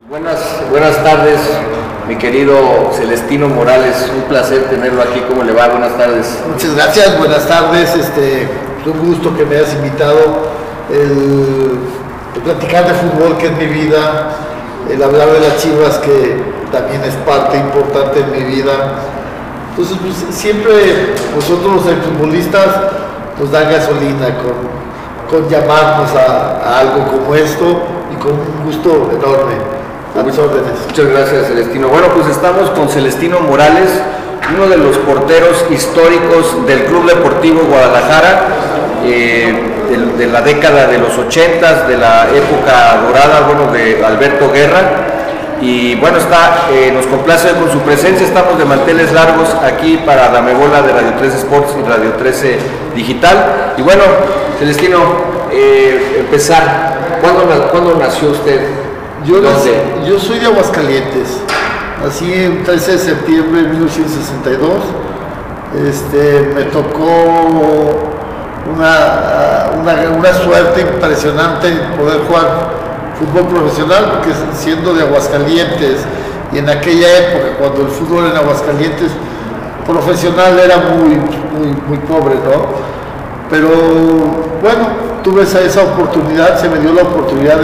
Buenas tardes, mi querido Celestino Morales, un placer tenerlo aquí. ¿Cómo le va? Buenas tardes. Muchas gracias, buenas tardes. Es un gusto que me hayas invitado. El platicar de fútbol, que es mi vida, el hablar de las Chivas, que también es parte importante en mi vida. Entonces, pues, siempre nosotros los futbolistas nos dan gasolina con llamarnos a algo como esto, y con un gusto enorme. A mis órdenes. Muchas gracias, Celestino. Bueno, pues estamos con Celestino Morales, uno de los porteros históricos del Club Deportivo Guadalajara, de la década de los 80s, de la época dorada, bueno, de Alberto Guerra. Y bueno, nos complace con su presencia. Estamos de manteles largos aquí para la Mebola de Radio 13 Sports y Radio 13 Digital. Y bueno, Celestino, empezar, ¿cuándo nació usted? Yo soy de Aguascalientes, nací el 13 de septiembre de 1962. Me tocó una suerte impresionante poder jugar fútbol profesional, porque siendo de Aguascalientes, y en aquella época cuando el fútbol en Aguascalientes profesional era muy pobre, ¿no? Pero bueno, tuve esa oportunidad, se me dio la oportunidad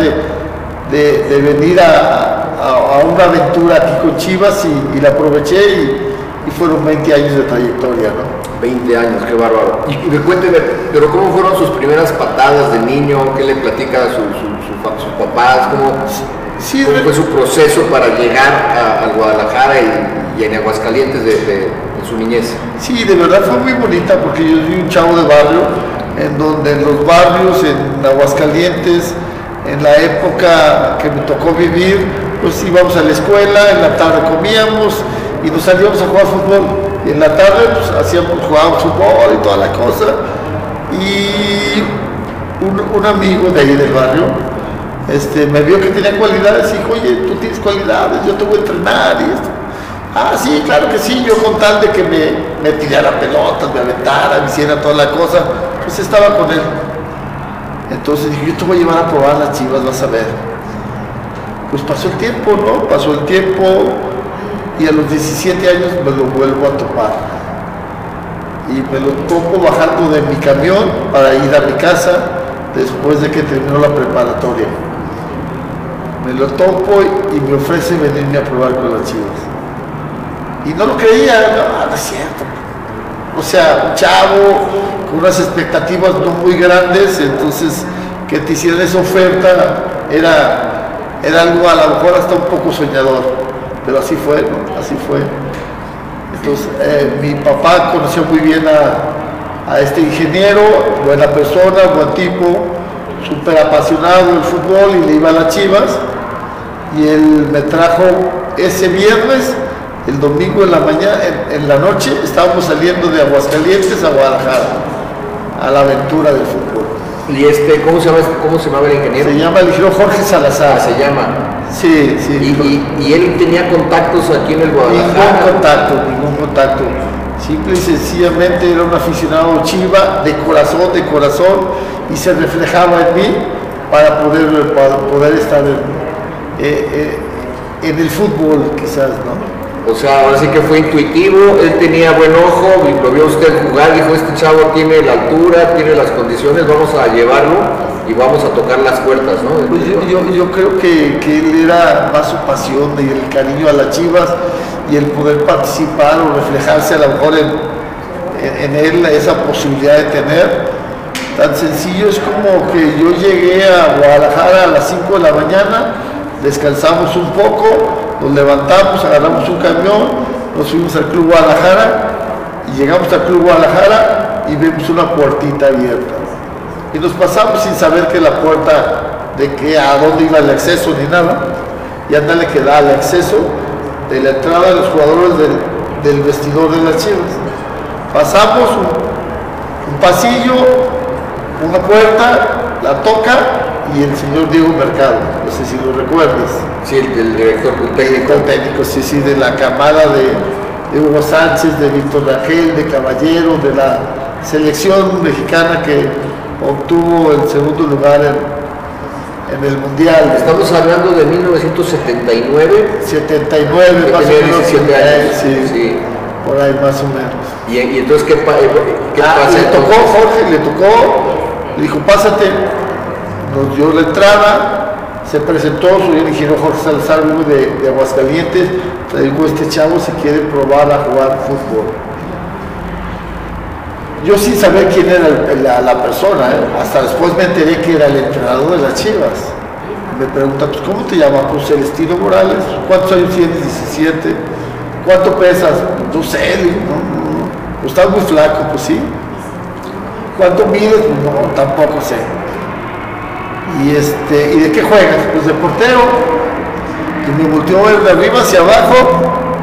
de venir a una aventura aquí con Chivas, y la aproveché, y fueron 20 años de trayectoria, ¿no? 20 años, qué bárbaro. Y cuénteme, pero ¿cómo fueron sus primeras patadas de niño? ¿Qué le platica a sus papás? ¿Cómo fue su proceso para llegar al Guadalajara y en Aguascalientes de su niñez? Sí, de verdad fue muy bonita, porque yo soy un chavo de barrio, en donde en los barrios, en Aguascalientes, en la época que me tocó vivir, pues íbamos a la escuela, en la tarde comíamos y nos salíamos a jugar fútbol, y en la tarde pues jugábamos fútbol y toda la cosa. Y un amigo de ahí del barrio me vio que tenía cualidades y dijo: oye, tú tienes cualidades, yo te voy a entrenar y esto. Ah, sí, claro que sí. Yo, con tal de que me tirara pelotas, me aventara, me hiciera toda la cosa, pues estaba con él. Entonces dije: yo te voy a llevar a probar las Chivas, vas a ver. Pues pasó el tiempo, ¿no? Pasó el tiempo, y a los 17 años me lo vuelvo a topar. Y me lo topo bajando de mi camión para ir a mi casa después de que terminó la preparatoria. Me lo topo y me ofrece venirme a probar con las Chivas. Y no lo creía, no es cierto. O sea, un chavo con unas expectativas no muy grandes, entonces que te hicieran esa oferta era algo a lo mejor hasta un poco soñador, pero así fue, ¿no? Así fue. Entonces mi papá conoció muy bien a este ingeniero, buena persona, buen tipo, súper apasionado del fútbol, y le iba a las Chivas, y él me trajo ese viernes. El domingo en la mañana, en la noche, estábamos saliendo de Aguascalientes a Guadalajara, a la aventura del fútbol. ¿Y cómo se llama el ingeniero? Se llama el ingeniero Jorge Salazar. ¿Se llama? Sí. ¿Y él tenía contactos aquí en el Guadalajara? Ningún contacto. Simple y sencillamente era un aficionado Chiva de corazón, y se reflejaba en mí para poder estar en el fútbol, quizás, ¿no? O sea, ahora sí que fue intuitivo, él tenía buen ojo, lo vio usted jugar, dijo: este chavo tiene la altura, tiene las condiciones, vamos a llevarlo y vamos a tocar las puertas, ¿no? Pues yo creo que él era más su pasión y el cariño a las Chivas, y el poder participar o reflejarse a lo mejor en él, esa posibilidad de tener. Tan sencillo es como que yo llegué a Guadalajara a las 5 de la mañana, descansamos un poco, nos levantamos, agarramos un camión, nos fuimos al Club Guadalajara, y llegamos al Club Guadalajara y vemos una puertita abierta. Y nos pasamos sin saber que la puerta, a dónde iba el acceso ni nada, y ándale que da el acceso de la entrada de los jugadores del vestidor de las Chivas. Pasamos un pasillo, una puerta, la toca, y el señor Diego Mercado, no sé si lo recuerdas. Sí, el director técnico, sí, de la camada de Hugo Sánchez, de Víctor Rangel, de Caballero, de la selección mexicana que obtuvo el segundo lugar en el Mundial. Estamos hablando de 1979. 79, más o menos. 17 años. Sí, por ahí más o menos. ¿Y entonces qué pasa? Le tocó, Jorge, le dijo, pásate, nos dio la entrada, se presentó, soy el ingeniero Jorge Salazar, vivo de Aguascalientes, traigo este chavo si quiere probar a jugar fútbol. Yo sin saber quién era la persona, hasta después me enteré que era el entrenador de las Chivas. Me pregunta, pues, ¿cómo te llamas? Pues Celestino Morales. ¿Cuántos años tienes? 17. ¿Cuánto pesas? No sé, no. ¿Estás muy flaco? Pues sí. ¿Cuánto mides? No, tampoco sé. ¿Y de qué juegas? Pues de portero. Y me volteó de arriba hacia abajo.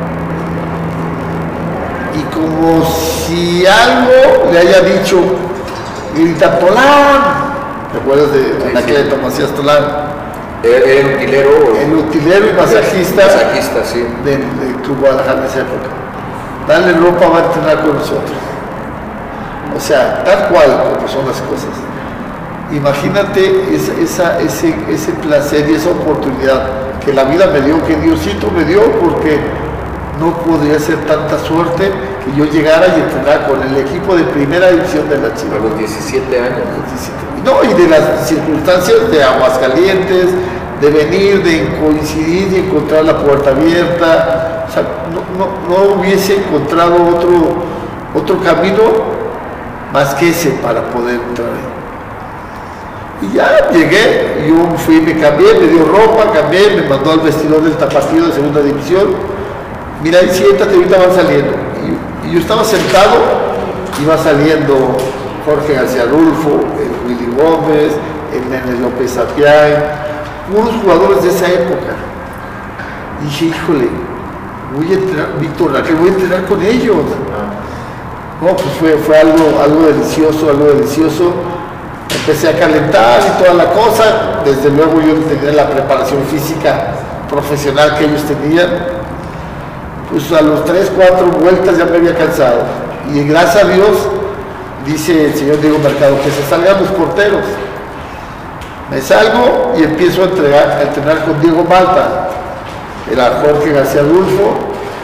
Y como si algo le haya dicho, grita Tolán. ¿Te acuerdas de Anacleto Macías Tolán? ¿El utilero? El utilero y masajista, sí. del Club Guadalajara en esa época. Dale ropa, va a entrenar con nosotros. O sea, tal cual como son las cosas. Imagínate ese placer y esa oportunidad que la vida me dio, que Diosito me dio, porque no podría ser tanta suerte que yo llegara y entrenara con el equipo de primera división de la Chivas. A los 17 años. No, y de las circunstancias de Aguascalientes, de venir, de coincidir y encontrar la puerta abierta. O sea, no hubiese encontrado otro camino más que ese para poder entrar ahí. Y ya llegué, yo fui, me cambié, me dio ropa, cambié, me mandó al vestidor del Tapatío de segunda división. Mira, ahí siéntate, ahorita van saliendo. Y yo estaba sentado, iba saliendo Jorge García Rulfo, el Willy Gómez, el Nene López Apiay, unos jugadores de esa época. Y dije, híjole, voy a entrenar, Víctor Raquel, voy a entrenar con ellos. No, pues fue algo delicioso, Empecé a calentar y toda la cosa. Desde luego yo tenía la preparación física profesional que ellos tenían. Pues a los 3, 4 vueltas ya me había cansado. Y gracias a Dios, dice el señor Diego Mercado, que se salgan los porteros. Me salgo y empiezo a entrenar con Diego Malta. Era Jorge García Rulfo,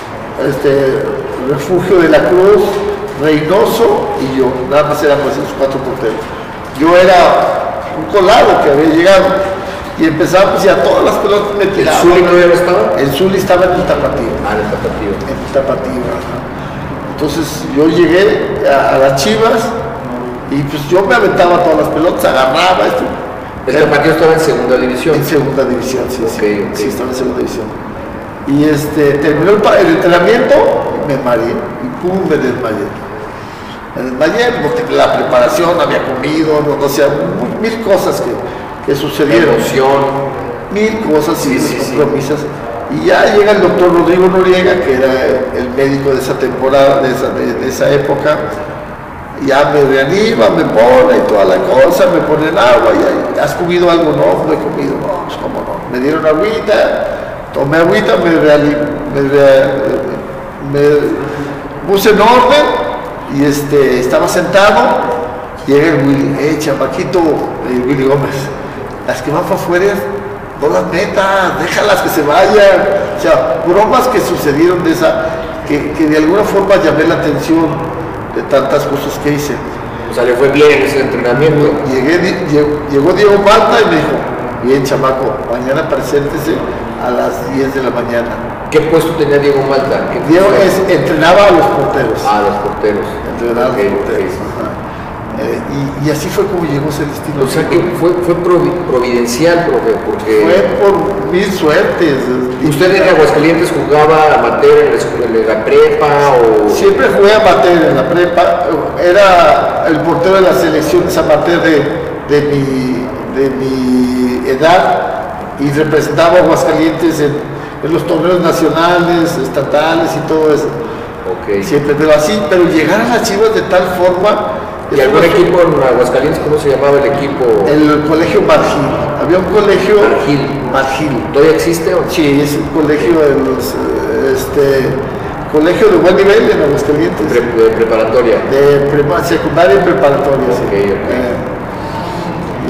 Refugio de la Cruz, Reynoso y yo. Nada más éramos esos 4 porteros. Yo era un colado que había llegado. Y empezábamos y a todas las pelotas me tiraban. ¿El Zuli todavía no estaba? El Zuli estaba en el Tapatío. En el Tapatío. En el Tapatío, ajá. Entonces yo llegué a las Chivas y pues yo me aventaba todas las pelotas, agarraba esto. ¿El Tapatío estaba en segunda división? En segunda división, sí. Okay. Sí, estaba en segunda división. Y terminó el entrenamiento, me mareé y pum, me desmayé. Me desmayé, porque la preparación, había comido, no sé, mil cosas que sucedieron. Emoción. Mil cosas y sí, compromisos. Y ya llega el doctor Rodrigo Noriega, que era el médico de esa temporada, de esa época. Ya me reanima, me pone y toda la cosa, me pone el agua. Y ¿has comido algo? No, no he comido. No, pues cómo no. Me dieron agüita, tomé agüita, me puse en orden y estaba sentado. Llega el Willy, chamaquito, el Willy Gómez. Las que van para afuera, no las metas, déjalas que se vayan. O sea, bromas que sucedieron de esa, que de alguna forma llamé la atención de tantas cosas que hice. O sea, le fue bien en ese entrenamiento. Llegó Diego Malta y me dijo, bien chamaco, mañana preséntese a las 10 de la mañana. ¿Qué puesto tenía Diego Malta? Diego entrenaba a los porteros. Los porteros. Entrenaba a los porteros. Y así fue como llegó Celestino. O sea que fue providencial, profe, porque... Fue por mil suertes. ¿Usted en Aguascalientes jugaba amateur en la prepa o...? Siempre jugué amateur en la prepa. Era el portero de las selecciones amateur de mi edad y representaba a Aguascalientes en los torneos nacionales, estatales y todo eso. Okay. Siempre, pero llegar a las Chivas de tal forma... ¿Y algún equipo en Aguascalientes? ¿Cómo se llamaba el equipo? El colegio Margil. Había un colegio... Margil. ¿Todavía existe? Sí, es un colegio de los... colegio de buen nivel en Aguascalientes. ¿De preparatoria? De secundaria y preparatoria. Okay. Y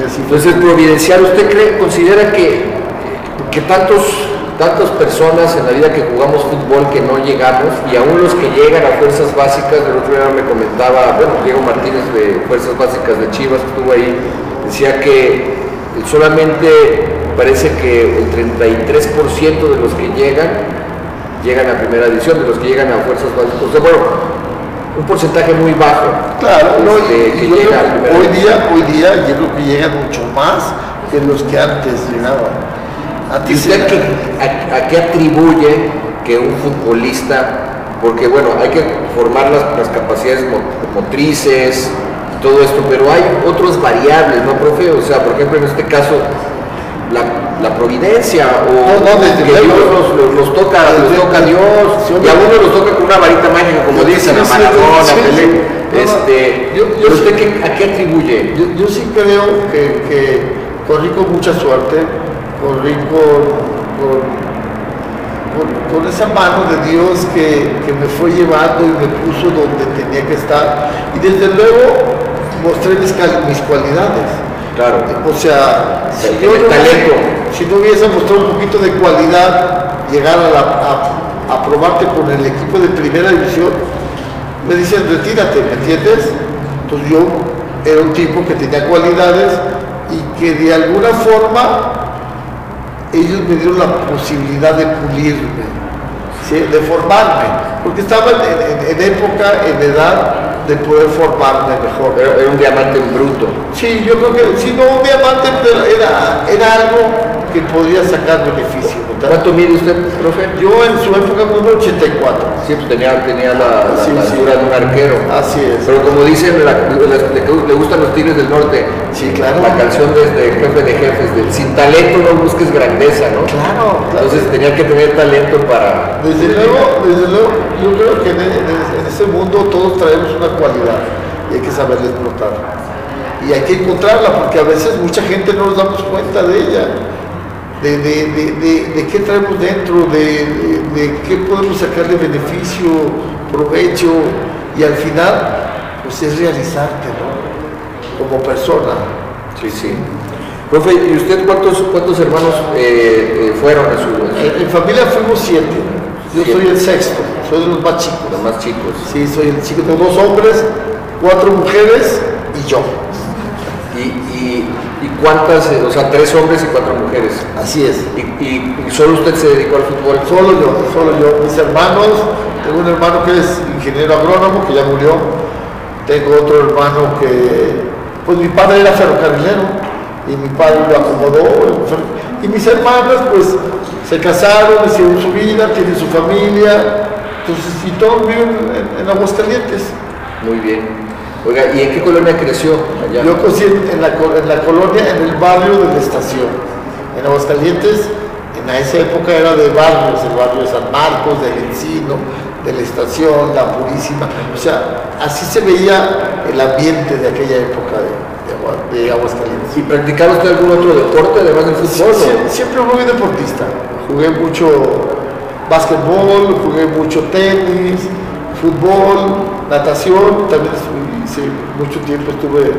así fue. Entonces, providencial, ¿usted considera que tantas personas en la vida que jugamos fútbol que no llegamos, y aún los que llegan a fuerzas básicas? El otro día me comentaba, Diego Martínez de Fuerzas Básicas de Chivas, que estuvo ahí, decía que solamente parece que el 33% de los que llegan a primera división, de los que llegan a fuerzas básicas. O sea, bueno, un porcentaje muy bajo. Claro, que llega a primera división. Hoy día yo creo que llegan mucho más que los que antes llegaban. ¿Y usted a qué atribuye que un futbolista, porque bueno, hay que formar las capacidades motrices, todo esto, pero hay otras variables, ¿no, profe? O sea, por ejemplo, en este caso, la providencia, que Dios los toca a Dios, y a uno los toca con una varita mágica, como dicen, a Maradona, a Pelé. ¿Usted a qué atribuye? Yo sí creo que corrí con mucha suerte, corrí con esa mano de Dios que me fue llevando y me puso donde tenía que estar, y desde luego mostré mis cualidades. Claro. O sea, si no hubiese mostrado un poquito de cualidad, llegar a probarte con el equipo de primera división, me dicen retírate, ¿me entiendes? Entonces yo era un tipo que tenía cualidades y que de alguna forma ellos me dieron la posibilidad de pulirme, ¿sí? De formarme, porque estaba en época, en edad de poder formarme mejor. Era un diamante en bruto. Sí, yo creo que, si no un diamante, pero era algo que podría sacar beneficio. ¿Cuánto mide usted, profe? Yo en su época mido 84. Sí, pues tenía la altura de un arquero. Así es. Pero como dicen, le gustan los Tigres del Norte. Sí, claro. La canción desde Jefe de Jefes, del sin talento no busques grandeza, ¿no? Claro. Entonces tenía que tener talento para... Desde luego, yo creo que en este mundo todos traemos una cualidad y hay que saberla explotar. Y hay que encontrarla, porque a veces mucha gente no nos damos cuenta de ella. De qué traemos dentro, de qué podemos sacarle beneficio, provecho, y al final, pues es realizarte, ¿no? Como persona. Sí, sí. Profe, ¿y usted cuántos hermanos fueron a su... En familia fuimos 7. Yo soy el sexto, soy de los más chicos. Los más chicos. Sí, soy el chico, tengo 2 hombres, 4 mujeres y yo. ¿Y cuántas, o sea, 3 hombres y 4 mujeres? Así es. ¿Y solo usted se dedicó al fútbol? Solo yo. Mis hermanos, tengo un hermano que es ingeniero agrónomo, que ya murió. Tengo otro hermano que, pues mi padre era ferrocarrilero, y mi padre lo acomodó. Y mis hermanas, pues, se casaron, hicieron su vida, tienen su familia. Entonces, y todos viven en Aguascalientes. Muy bien. Oiga, ¿y en qué colonia creció allá? Yo crecí en la colonia, en el barrio de la Estación. En Aguascalientes, en esa época era de barrios, el barrio de San Marcos, del Encino, de la Estación, la Purísima. O sea, así se veía el ambiente de aquella época de Aguascalientes. ¿Y practicaba usted algún otro deporte además del fútbol? Siempre fui deportista. Jugué mucho básquetbol, jugué mucho tenis, fútbol, natación. También hice mucho tiempo, estuve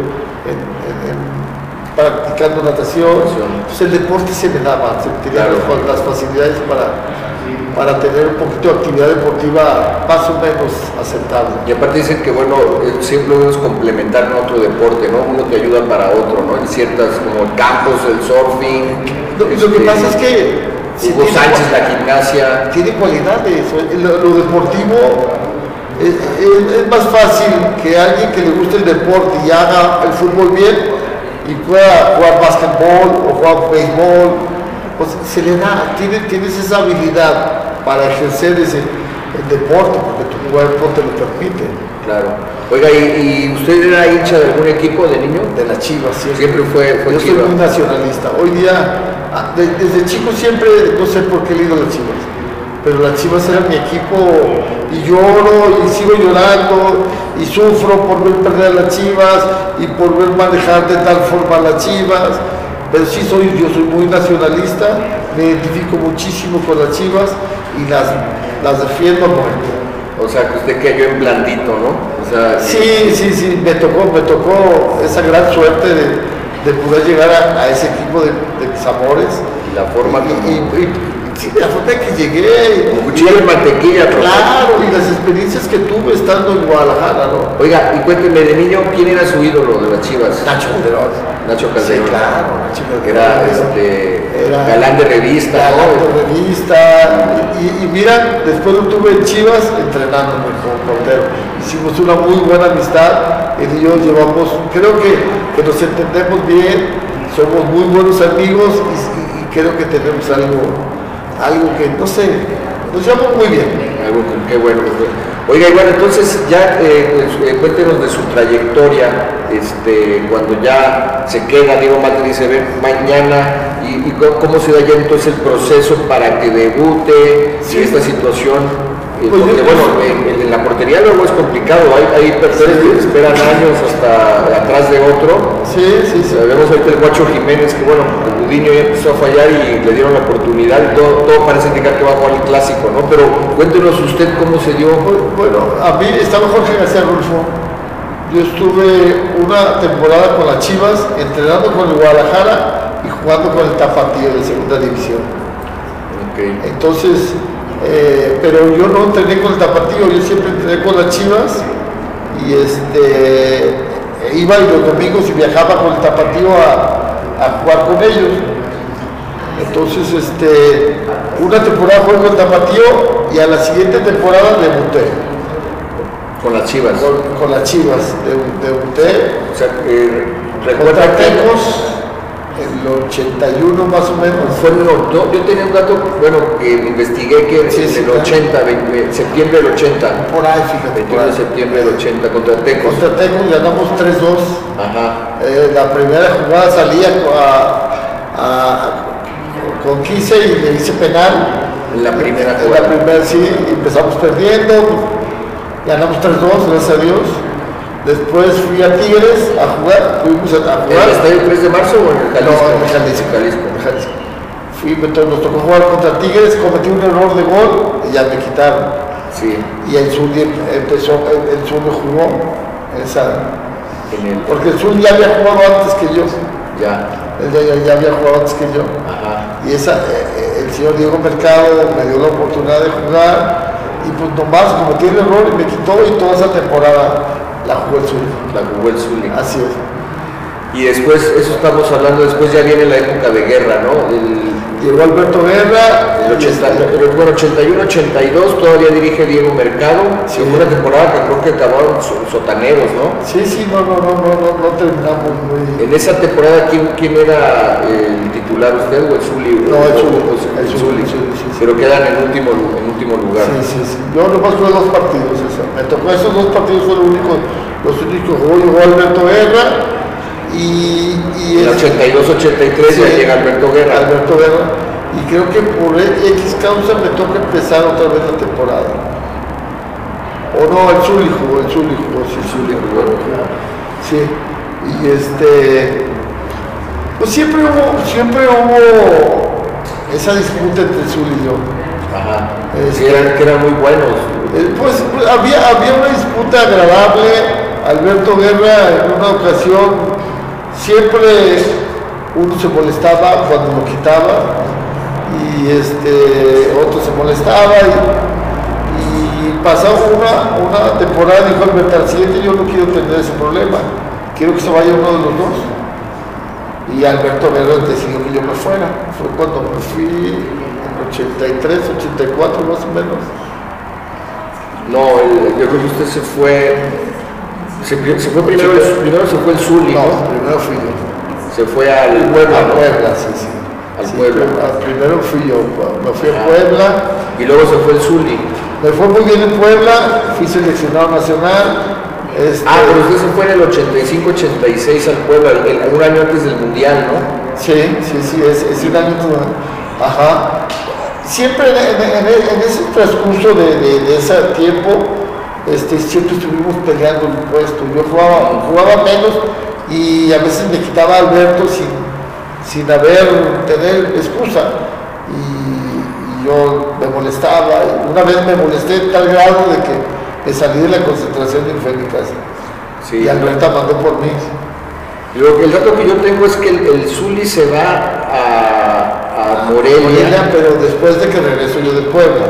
practicando natación. Entonces el deporte se me daba, tenía las facilidades para tener un poquito de actividad deportiva más o menos aceptable. Y aparte dicen que bueno, siempre debes complementar con otro deporte, ¿no? Uno te ayuda para otro, ¿no? En ciertas como campos, el surfing. Lo que pasa es que Hugo Sánchez, la gimnasia. Tiene cualidades. Lo deportivo es más fácil que alguien que le guste el deporte y haga el fútbol bien y pueda jugar básquetbol o jugar béisbol, pues se le da, tienes esa habilidad para ejercer el deporte, porque tu cuerpo te lo permite. Claro. Oiga, ¿y usted era hincha de algún equipo de niño? De las Chivas, siempre fue Yo Chiva. soy muy nacionalista. Hoy día, desde chico siempre, no sé por qué he leído las Chivas, pero las Chivas eran mi equipo y lloro y sigo llorando y sufro por ver perder a las Chivas y por ver manejar de tal forma a las Chivas, pero sí yo soy muy nacionalista, me identifico muchísimo con las Chivas y las defiendo a muerte. O sea, que usted cayó en blandito, ¿no? O sea, sí, me tocó esa gran suerte de poder llegar a ese equipo de mis amores. Y la forma sí, la forma en que llegué. Con cuchillo y mantequilla. Claro, y las experiencias que tuve estando en Guadalajara, ¿no? Oiga, y cuénteme, de niño, ¿quién era su ídolo de las Chivas? Nacho Calderón. Nacho Calderón. Sí, claro, Nacho Calderón. Era galán de revista, galán de revista. Y mira, después lo tuve en Chivas entrenándome como portero. Hicimos una muy buena amistad. Él y yo llevamos, creo que nos entendemos bien, somos muy buenos amigos y creo que tenemos algo que, no sé, nos llevamos muy bien. Algo que, qué bueno. Oiga, y bueno, entonces ya cuéntenos de su trayectoria, cuando ya se queda, Diego Mate dice, ven mañana, y cómo se da ya entonces el proceso para que debute, sí, esta situación. Pues porque bueno, en la portería luego es complicado, hay porteros que esperan años hasta atrás de otro. Sí. Vemos ahorita el Guacho Jiménez, que bueno, el Gudiño ya empezó a fallar y le dieron la oportunidad, y todo parece indicar que va a jugar el clásico, ¿no? Pero cuéntenos usted cómo se dio. Bueno, a mí estaba Jorge García Rulfo. Yo estuve una temporada con las Chivas, entrenando con el Guadalajara y jugando con el Tapatío de segunda división. Okay. Entonces, pero yo no entrené con el Tapatío, yo siempre entrené con las Chivas y iba los domingos y viajaba con el Tapatío a jugar con ellos. Entonces, una temporada jugué con el Tapatío y a la siguiente temporada debuté. Con las Chivas. Con las Chivas, debuté. O sea, contra Tecos, en el 81 más o menos. Yo tenía un dato, bueno, que investigué que Sí, en el claro. 80, septiembre del 80. Por ahí, fíjate. 21 de septiembre del 80 contra Tecos. Contra Tecos ganamos 3-2. Ajá. La primera jugada salía con 15 y le hice penal. En la primera En la primera, sí, empezamos perdiendo. Ganamos 3-2, gracias a Dios. Después fui a Tigres a jugar, fuimos a jugar. ¿En el estadio 3 de marzo o en el Jalisco? No, en el Jalisco. Entonces nos tocó jugar contra Tigres, cometí un error de gol y ya me quitaron. Sí. Y el Zuli me jugó porque el Zuli ya había jugado antes que yo. Ya. Él ya había jugado antes que yo. Ajá. Y el señor Diego Mercado me dio la oportunidad de jugar y pues nomás cometí el error y me quitó y toda esa temporada la jugó el Zuli. La jugó el Zuli. Así es. Y después, eso estamos hablando, después ya viene la época de guerra, ¿no? Llegó Alberto Guerra. El 81-82 todavía dirige Diego Mercado. Sí. Fue una temporada que creo que acabaron sotaneros, ¿no? Sí, no terminamos muy... En esa temporada, ¿quién era el titular, usted o el Zuli? No, el Zuli. Sí. Pero quedan en último lugar. Sí. Yo nomás jugué 2 partidos. Me tocó esos 2 partidos, fue los únicos que jugó Alberto Guerra. Y en el 82-83 ya llega Alberto Guerra. Y creo que por X causa me toca empezar otra vez la temporada. O no, el Zuli jugó, sí. Sí. Y pues siempre hubo esa disputa entre el Zuli y yo. Ajá. Sí, que eran muy buenos. Pues había una disputa agradable. Alberto Guerra en una ocasión siempre uno se molestaba cuando lo quitaba y otro se molestaba y pasaba una temporada, dijo Alberto, al siguiente yo no quiero tener ese problema, quiero que se vaya uno de los dos. Y Alberto Guerra decidió que yo me fuera. Fue cuando me fui en 83, 84 más o menos. No, yo creo que usted se fue primero se fue el Zuli. No, primero fui yo. Se fue al Puebla. A Puebla, sí. Al Puebla. Primero fui yo, me fui a Puebla. Y luego se fue el Zuli. Me fue muy bien en Puebla, fui seleccionado nacional. Pero usted se fue en el 85-86 al Puebla, un año antes del Mundial, ¿no? Sí, es un año. Ajá. Siempre en ese transcurso de ese tiempo, siempre estuvimos peleando el puesto. Yo jugaba menos y a veces me quitaba a Alberto sin tener excusa. Y yo me molestaba. Una vez me molesté en tal grado de que me salí de la concentración y fue a mi casa. Sí. Y Alberto mandó por mí. El dato que yo tengo es que el Zuli se va a Morelia, pero después de que regreso yo de Puebla.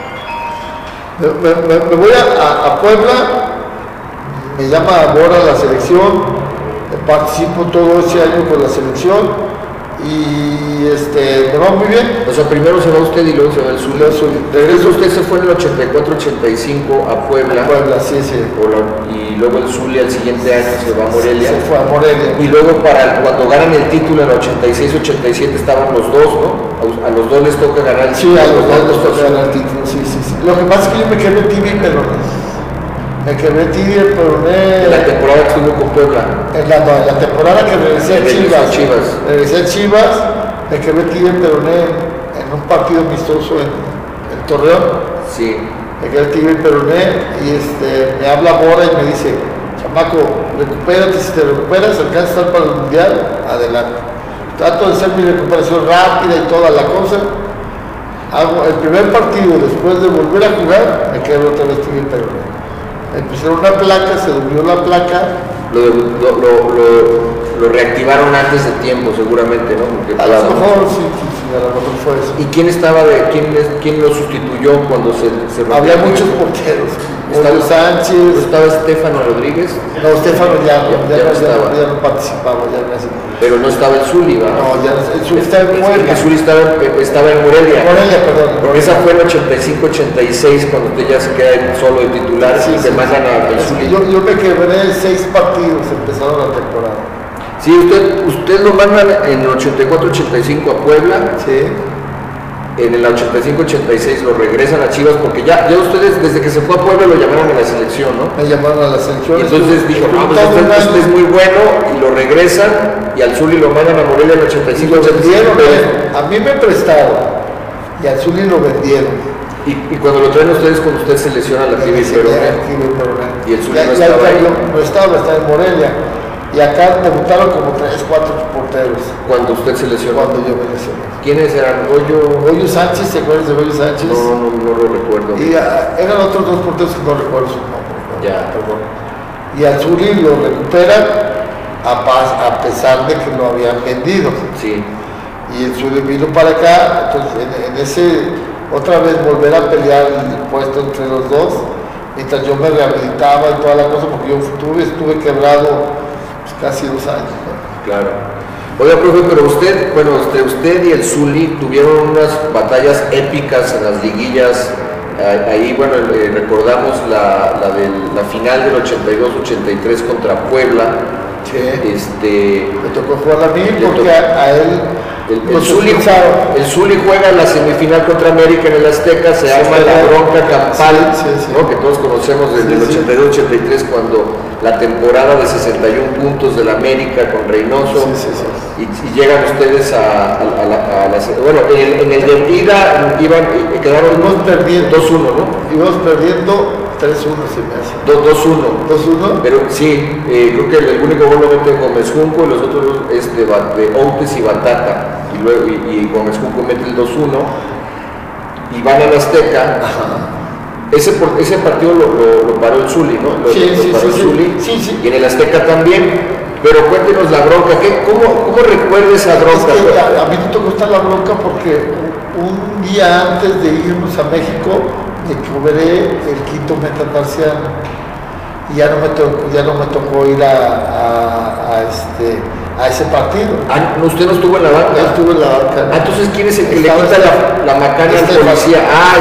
Me voy a Puebla, me llama ahora la selección, participo todo ese año con la selección y me va muy bien. O sea, primero se va usted y luego se va el Zuli. Regreso, usted se fue en el 84-85 a Puebla. Puebla, sí. Y luego el Zuli al siguiente año se va a Morelia. Se fue a Morelia. Y luego cuando ganan el título en el 86-87 estaban los dos, ¿no? A los dos les toca ganar el título. Sí, a los dos les toca ganar el título, sí. Lo que pasa es que yo me quedé tibia y peroné. Me quedé tibia y peroné. En la temporada que estuvo con Puebla. En la temporada que regresé a Chivas. Regresé a Chivas, me quedé tibia y peroné en un partido amistoso en Torreón. Sí. Me quedé tibia y peroné y me habla Bora y me dice, chamaco, recupérate, si te recuperas, alcanzas a estar para el mundial, adelante. Trato de hacer mi recuperación rápida y toda la cosa. Hago el primer partido, después de volver a jugar, me quedo otra vez tibia y peroné. Me pusieron una placa, se durmió la placa. Lo reactivaron antes de tiempo, seguramente, ¿no? Porque a lo mejor, sí, a lo mejor fue eso. ¿Y quién lo sustituyó cuando se Había muchos porteros. Estaba Sánchez. ¿Estaba Estefano Rodríguez? No, Estefano ya no participaba, ya no hacía. Pero no estaba el Zuli, ¿verdad? No, ya el Zuli estaba en Morelia. El Zuli estaba en Morelia. Morelia, perdón. Porque esa fue en 85-86 cuando usted ya se queda solo de titular y se mandan al Zuli. Yo me quebré 6 partidos empezando la temporada. Sí, usted lo mandan en 84-85 a Puebla. Sí. En el 85-86 lo regresan a Chivas porque ya ustedes desde que se fue a Puebla lo llamaron a la selección, ¿no? Me llamaron a la selección. Y entonces dijo, no, pues este es muy bueno y lo regresan y al Zuli lo mandan a Morelia en el 85. Lo vendieron, a mí me prestaron y al Zuli lo vendieron. Y cuando lo traen ustedes, cuando usted se lesiona la tibia y peroné. Y el Zuli no estaba ahí. No estaba en Morelia. Y acá debutaron como 3, 4 porteros. Cuando usted se lesionó. Cuando yo me lesioné. ¿Quiénes eran? Goyo Sánchez, ¿te acuerdas de Goyo Sánchez? No lo recuerdo. Y eran otros 2 porteros que no recuerdo sus nombres. ¿no? Ya. Perdón. Y al Zuli lo recuperan a pesar de que lo habían vendido. Sí. Y el Zuli vino para acá, entonces en ese, otra vez volver a pelear el puesto entre los dos, mientras yo me rehabilitaba y toda la cosa, porque yo estuve quebrado casi 2 años. ¿no? Claro. Oiga, profe, pero usted y el Zuli tuvieron unas batallas épicas en las liguillas. Ahí, bueno, recordamos la final del 82-83 contra Puebla. Sí. Me tocó jugar a mí porque a él el Zuli juega la semifinal contra América en el Azteca, se arma la bronca campal, ¿no? Que todos conocemos desde el 82-83 cuando la temporada de 61 puntos del América con Reynoso y llegan ustedes a la bueno, en el de ida quedaron perdiendo 2-1, ¿no? Íbamos perdiendo 3-1 se me hace. 2-1. Pero sí, creo que el único gol lo mete Gómez Junco y los otros de Outes y Batata. Y luego Gómez Junco mete el 2-1 y van al Azteca. Ese partido lo paró el Zuli, ¿no? Sí. Y en el Azteca también. Pero cuéntenos la bronca, ¿cómo recuerda esa bronca? Es que a mí me tocó estar la bronca porque un día antes de irnos a México me quebré el quinto metatarsiano y ya no me tocó ir a ese partido. ¿Usted no estuvo en la banca? No estuve en la banca. Entonces, ¿quién es el que le quita la macana al policía?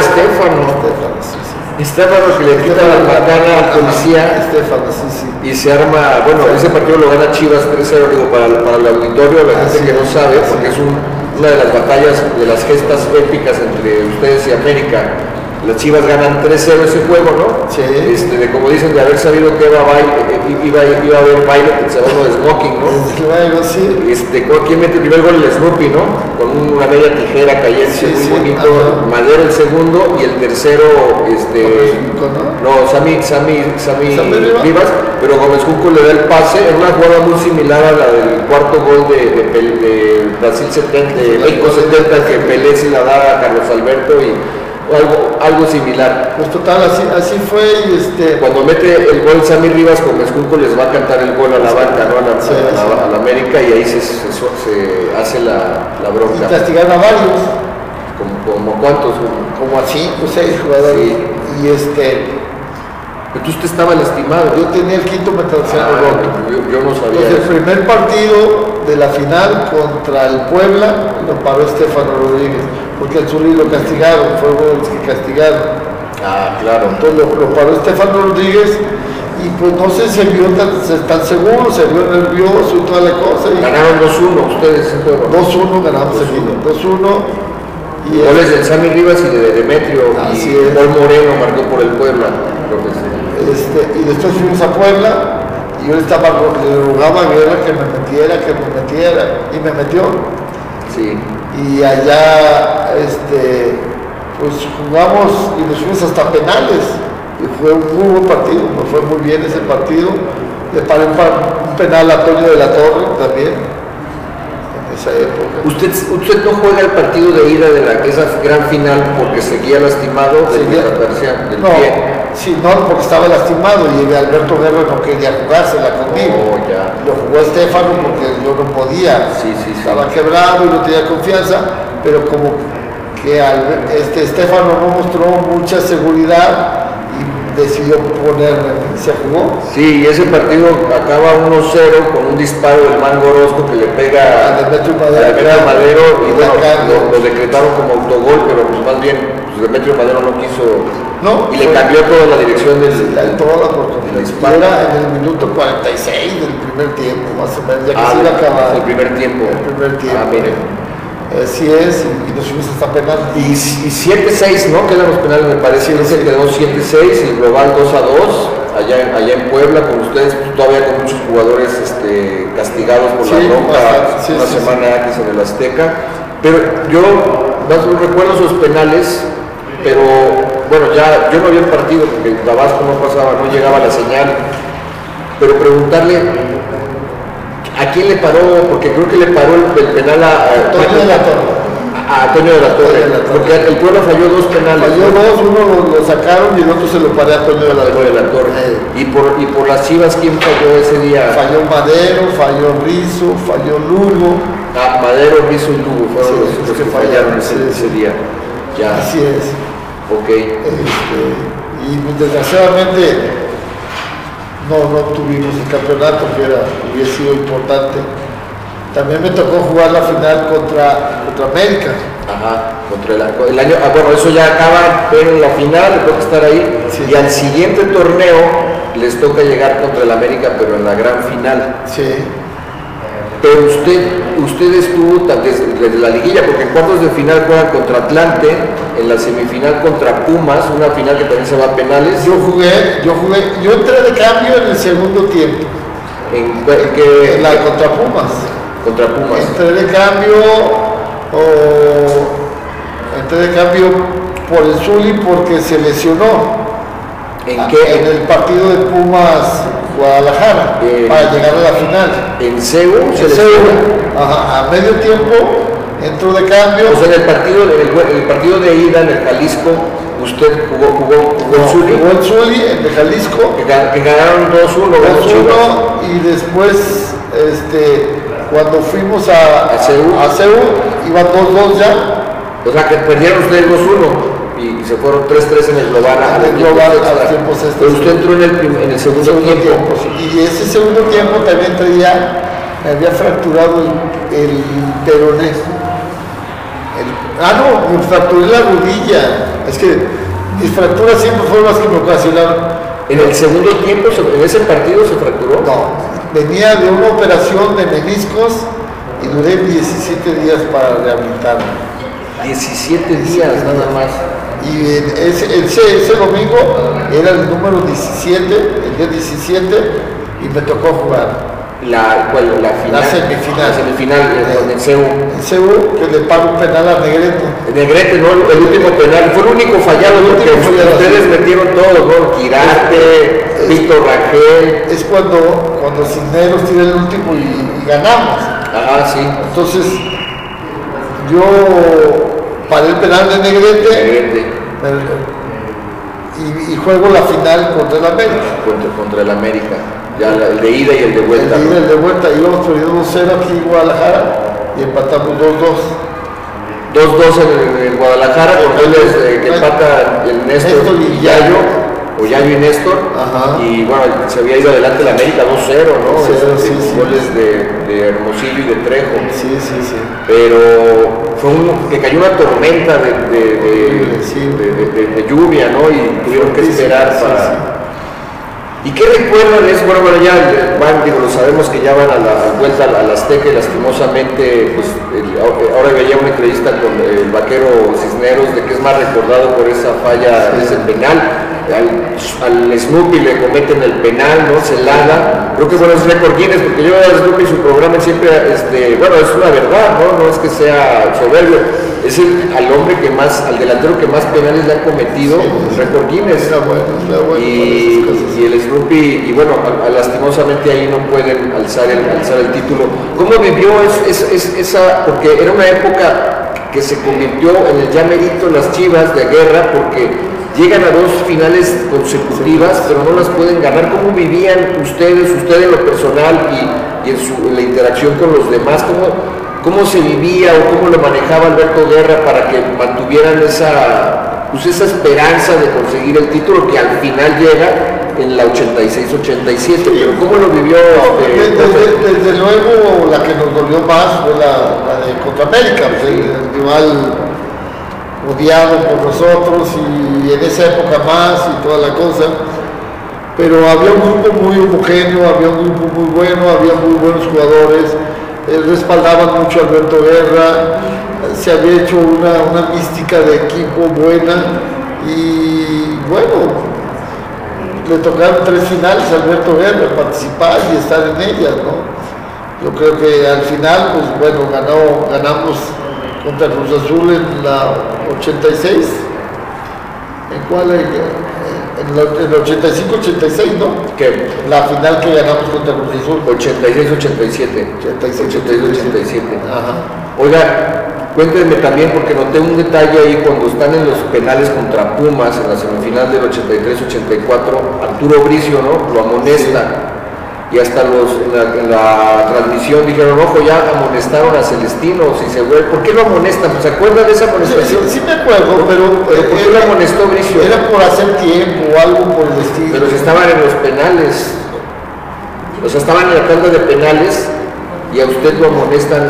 Estefano que le quita la macana al policía. Estefano, sí. Y se arma, bueno, ese partido lo gana Chivas 3-0, digo, para el auditorio, la gente que no sabe, porque es una de las batallas, de las gestas épicas entre ustedes y América. Las Chivas ganan 3-0 ese juego, ¿no? Sí. Como dicen, de haber sabido que iba a haber baile, se va uno de smoking, ¿no? Claro, sí. ¿Quién mete el primer gol? El Snoopy, ¿no? Con una media tijera cayente, muy bonito. Ajá. Madero el segundo y el tercero, Sammy Rivas, pero Gómez Junco le da el pase en una jugada muy similar a la del cuarto gol de Brasil 70, de México 70, que Pelé se la da a Carlos Alberto y algo similar. Pues total, así fue y Cuando mete el gol Sammy Rivas con Mezcunco les va a cantar el gol a la banca, ¿no? A la América, y ahí se hace la bronca. Y castigaron a varios. ¿Como cuántos? Como a 5 o 6 jugadores. Sí. Y Pero usted estaba lastimado. yo tenía el quinto metatarsiano roto. Yo no sabía. Entonces, eso. el primer partido de la final contra el Puebla lo paró Estefano Rodríguez, porque el Zuli lo castigaron, fue uno de los que castigaron. Ah, claro. Entonces lo paró Estefano Rodríguez y pues no sé, se vio tan seguro, se vio nervioso y toda la cosa. Y Ganaron 2-1 ustedes ese juego. 2-1 ganamos el 2-1. Y goles de Sammy Rivas y de Demetrio. Así y es. Paul Moreno marcó por el Puebla, creo que sí. y después fuimos a Puebla y yo le rogaba a Guerra que me metiera y me metió. Sí. Y allá pues jugamos y nos fuimos hasta penales y fue un muy buen partido, nos fue muy bien ese partido. Le paré un penal a Toño de la Torre también en esa época. ¿Usted no juega el partido de ida de esa gran final porque seguía lastimado del pie? Sí, no, porque estaba lastimado y Alberto Guerra no quería jugársela conmigo. Oh, ya. Lo jugó Estefano porque yo no podía. Sí. Estaba quebrado y no tenía confianza, pero como que Estefano no mostró mucha seguridad y decidió ponerme, se jugó. Sí, y ese partido acaba 1-0 con un disparo del Mango Orozco que le pega A Demetrio Madero y bueno, lo decretaron como autogol, pero pues más bien Demetrio Madero no quiso. No, y le cambió toda la dirección del disparo. Era en el minuto 46 del primer tiempo, más o menos, ya que se iba a acabar. El primer tiempo. Ah, miren. Así es, y nos fuimos hasta penal. Y 7-6, ¿no? Quedan los penales, me parece. Se quedó 7-6 y global 2-2 allá en Puebla con ustedes, todavía con muchos jugadores castigados por la bronca una semana antes en el Azteca. Pero yo no recuerdo esos penales, pero bueno, ya yo no había el partido porque el Tabasco no pasaba, no llegaba la señal. Pero preguntarle ¿a quién le paró? Porque creo que le paró el penal a Toño de la Torre. A Toño de la Torre. Porque el Puebla falló 2 penales. Falló 2, uno lo sacaron y el otro se lo paré a Toño de la Torre. Y por las Chivas, ¿quién falló ese día? Falló Madero, falló Rizzo, falló Lugo. Madero, Rizzo y Lugo fueron los que fallaron ese día. Ya. Así es. Ok. Y desgraciadamente no tuvimos el campeonato, que hubiera sido importante. También me tocó jugar la final contra América. Ajá, contra el año. Bueno, eso ya acaba en la final, le toca estar ahí. Sí. Y al siguiente torneo les toca llegar contra el América, pero en la gran final. Sí. Pero usted estuvo desde la liguilla, porque en cuartos de final juegan contra Atlante, en la semifinal contra Pumas, una final que también se va a penales. Yo entré de cambio en el segundo tiempo. ¿En la contra Pumas. Contra Pumas. Entré de cambio por el Zuli porque se lesionó. ¿En qué? En el partido de Pumas Guadalajara, para llegar a la final. ¿En CEU? Ajá, a medio tiempo entró de cambio. O sea, en el partido de ida en el Jalisco, usted jugó el Zuli. Jugó el Zuli en el Jalisco. Que ganaron 2-1. Y después, cuando fuimos a CEU, iban 2-2 ya. O sea, que perdieron ustedes 2-1. Y se fueron 3-3 en el global. Al tiempo extra. Pero usted entró en el segundo tiempo. Sí. Y ese segundo tiempo también me había fracturado el peroné. Me fracturé la rodilla. Es que mis fracturas siempre fueron las que me ocasionaron. ¿En el segundo tiempo, en ese partido se fracturó? No, venía de una operación de meniscos y duré 17 días para rehabilitarme. 17 días nada más. Y ese domingo era el número 17, el día 17, y me tocó jugar. La semifinal. La semifinal en CEU. En CEU, que le pago un penal a Negrete. Negrete, ¿no? El último penal. Fue el único fallado, ustedes metieron todo, ¿no? Quirarte, Víctor Rangel. Es cuando Cisneros tira el último y ganamos. Ajá, sí. Entonces, yo paré el penal de Negrete. Y juego la final contra el América. Contra el América, ya el de ida y el de vuelta. El de ida y el de vuelta, íbamos perdiendo 2-0 aquí en Guadalajara y empatamos 2-2. 2-2 en el Guadalajara, con goles que empata el Néstor y Yayo. O Yayo y Néstor, ajá. Y bueno, se había ido adelante el América 2-0, ¿no? Sí, goles de Hermosillo y de Trejo. Sí. Pero fue que cayó una tormenta de lluvia, ¿no? Y tuvieron que esperar para... ¿Y qué recuerdan? Bueno, ya van, lo sabemos que ya van a la vuelta al Azteca y lastimosamente, pues ahora veía una entrevista con el vaquero Cisneros de que es más recordado por esa falla, ese penal. Al Snoopy le cometen el penal, ¿no? Celada. Creo que bueno, es récord Guinness, porque yo a Snoopy su programa siempre, bueno, es una verdad, ¿no? No es que sea soberbio, es al delantero que más penales le han cometido, récord Guinness. Y el Snoopy, y bueno, lastimosamente ahí no pueden alzar el título. ¿Cómo vivió esa? Porque era una época que se convirtió en el ya merito las Chivas de guerra, porque llegan a 2 finales consecutivas, pero no las pueden ganar. ¿Cómo vivían usted en lo personal y en la interacción con los demás? ¿Cómo se vivía o cómo lo manejaba Alberto Guerra para que mantuvieran esa esperanza de conseguir el título que al final llega en la 86-87? Pero ¿cómo lo vivió? Desde luego la que nos dolió más fue la de contra América, pues, el rival odiado por nosotros y en esa época más y toda la cosa, pero había un grupo muy homogéneo, había un grupo muy bueno, había muy buenos jugadores, respaldaban mucho a Alberto Guerra, se había hecho una mística de equipo buena y bueno, le tocaron 3 finales a Alberto Guerra, participar y estar en ellas, ¿no? Yo creo que al final, pues bueno, ganamos contra Cruz Azul en la 86, ¿en cuál? En el 85-86, ¿no? ¿Qué? La final que ganamos contra Cruz Azul. 86-87. 86-87. Ajá. Oiga, cuéntenme también, porque noté un detalle ahí cuando están en los penales contra Pumas en la semifinal del 83-84, Arturo Bricio, ¿no? Lo amonesta. Sí. Y hasta en la transmisión dijeron, ojo, ya amonestaron a Celestino, si se vuelve. ¿Por qué lo amonestan? ¿Se acuerdan de esa amonestación? Sí me acuerdo, pero ¿por qué lo amonestó Bricio? Era por hacer tiempo o algo por el estilo. Pero si estaban en los penales, o sea, estaban en la tanda de penales y a usted lo amonestan,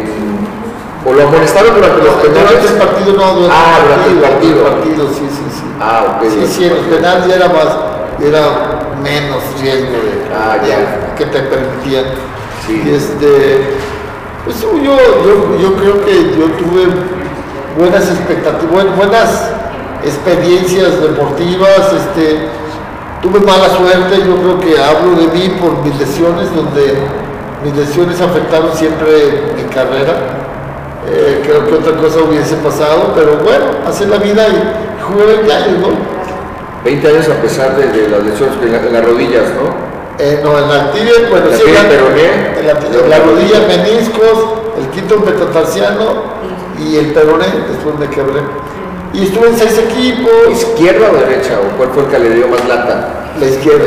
o lo amonestaron durante los penales. Durante el partido, no, durante el partido. Sí. Ah, ok. Sí, en los penales ya era menos riesgo de que te permitían. Sí. Y pues yo creo que yo tuve buenas expectativas, buenas experiencias deportivas, tuve mala suerte, yo creo que hablo de mí por mis lesiones, donde mis lesiones afectaron siempre mi carrera. Creo que otra cosa hubiese pasado, pero bueno, así es la vida y jugué 20 años, ¿no? 20 años a pesar de las lesiones en las rodillas, ¿no? No, en la tibia, bueno, sí, en la rodilla, meniscos, el quinto metatarsiano y el peroné, después me quebré. Y estuve en 6 equipos. ¿Izquierda o derecha? ¿O cuál fue el que le dio más lata? La izquierda,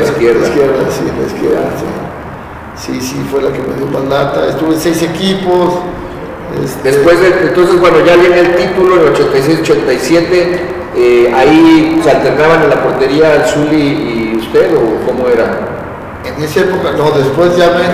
sí, fue la que me dio más lata. Estuve en 6 equipos. Después entonces, bueno, ya viene el título en 86-87. Ahí se alternaban en la portería el Zuli y usted, ¿o cómo era? En esa época, no, después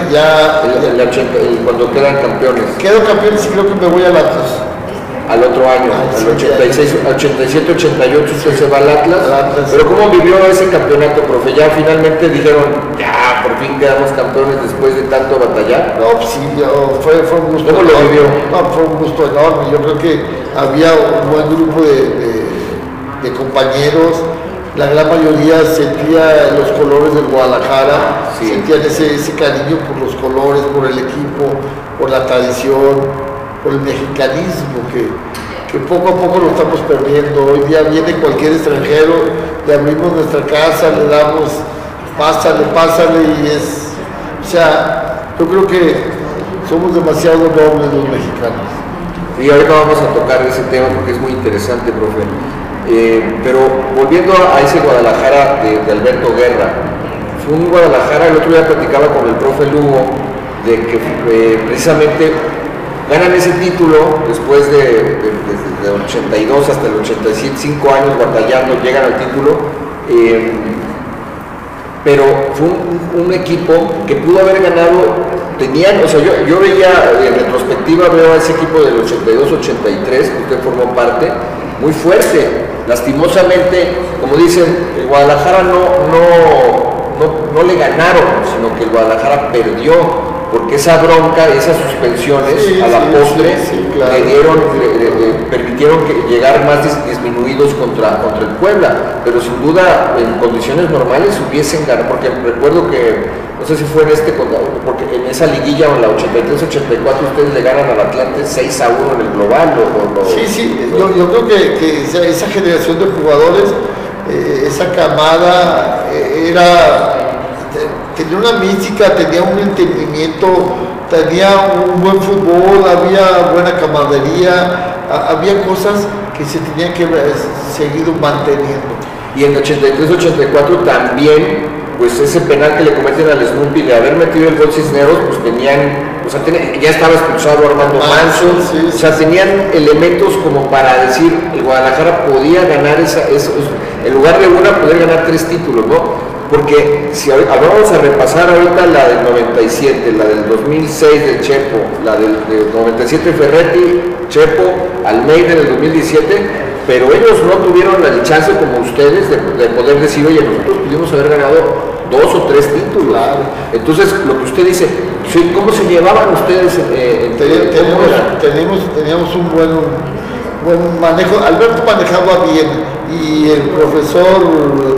cuando quedan campeones. Quedo campeón y creo que me voy al Atlas. Al otro año, al 87-88 usted se va al Atlas. Pero ¿cómo vivió ese campeonato, profe? Ya finalmente dijeron, ya, por fin quedamos campeones después de tanto batallar. No, pues sí, fue un gusto. ¿Cómo lo vivió? No, fue un gusto enorme. Yo creo que había un buen grupo de compañeros, la gran mayoría sentía los colores del Guadalajara, sí. Sentían ese cariño por los colores, por el equipo, por la tradición, por el mexicanismo que poco a poco lo estamos perdiendo. Hoy día viene cualquier extranjero, le abrimos nuestra casa, le damos pásale y o sea, yo creo que somos demasiado nobles los mexicanos. Y ahorita vamos a tocar ese tema porque es muy interesante, profe. Pero volviendo a ese Guadalajara de Alberto Guerra, fue un Guadalajara, el otro día platicaba con el profe Lugo, de que precisamente ganan ese título después desde el 82 hasta el 87, 5 años batallando, llegan al título, pero fue un equipo que pudo haber ganado, tenían, o sea, yo veía, en retrospectiva veo a ese equipo del 82-83, que usted formó parte, muy fuerte. Lastimosamente, como dicen, el Guadalajara no le ganaron, sino que el Guadalajara perdió, porque esa bronca, esas suspensiones a la postre claro, le permitieron llegar más disminuidos contra el Puebla, pero sin duda en condiciones normales hubiesen ganado, porque recuerdo que, no sé si fue porque en esa liguilla o en la 83-84 ustedes le ganan al Atlante 6-1 en el global. Yo creo que esa generación de jugadores, esa camada tenía una mística, tenía un entendimiento, tenía un buen fútbol, había buena camaradería, había cosas que se tenían que seguir manteniendo. Y en 83-84 también, pues ese penal que le cometen al Snoopy de haber metido el gol Cisneros, pues ya estaba expulsado Armando Manso, o sea, tenían elementos como para decir, el Guadalajara podía ganar en lugar de poder ganar 3 títulos, ¿no? Porque si vamos a repasar ahorita la del 97, la del 2006 de Chepo, la del 97 Ferretti, Chepo, Almeida en el 2017, pero ellos no tuvieron el chance como ustedes de poder decir, oye, nosotros pudimos haber ganado 2 o 3 títulos. Claro. Entonces, lo que usted dice, ¿cómo se llevaban ustedes? Teníamos un buen manejo. Alberto manejaba bien y el profesor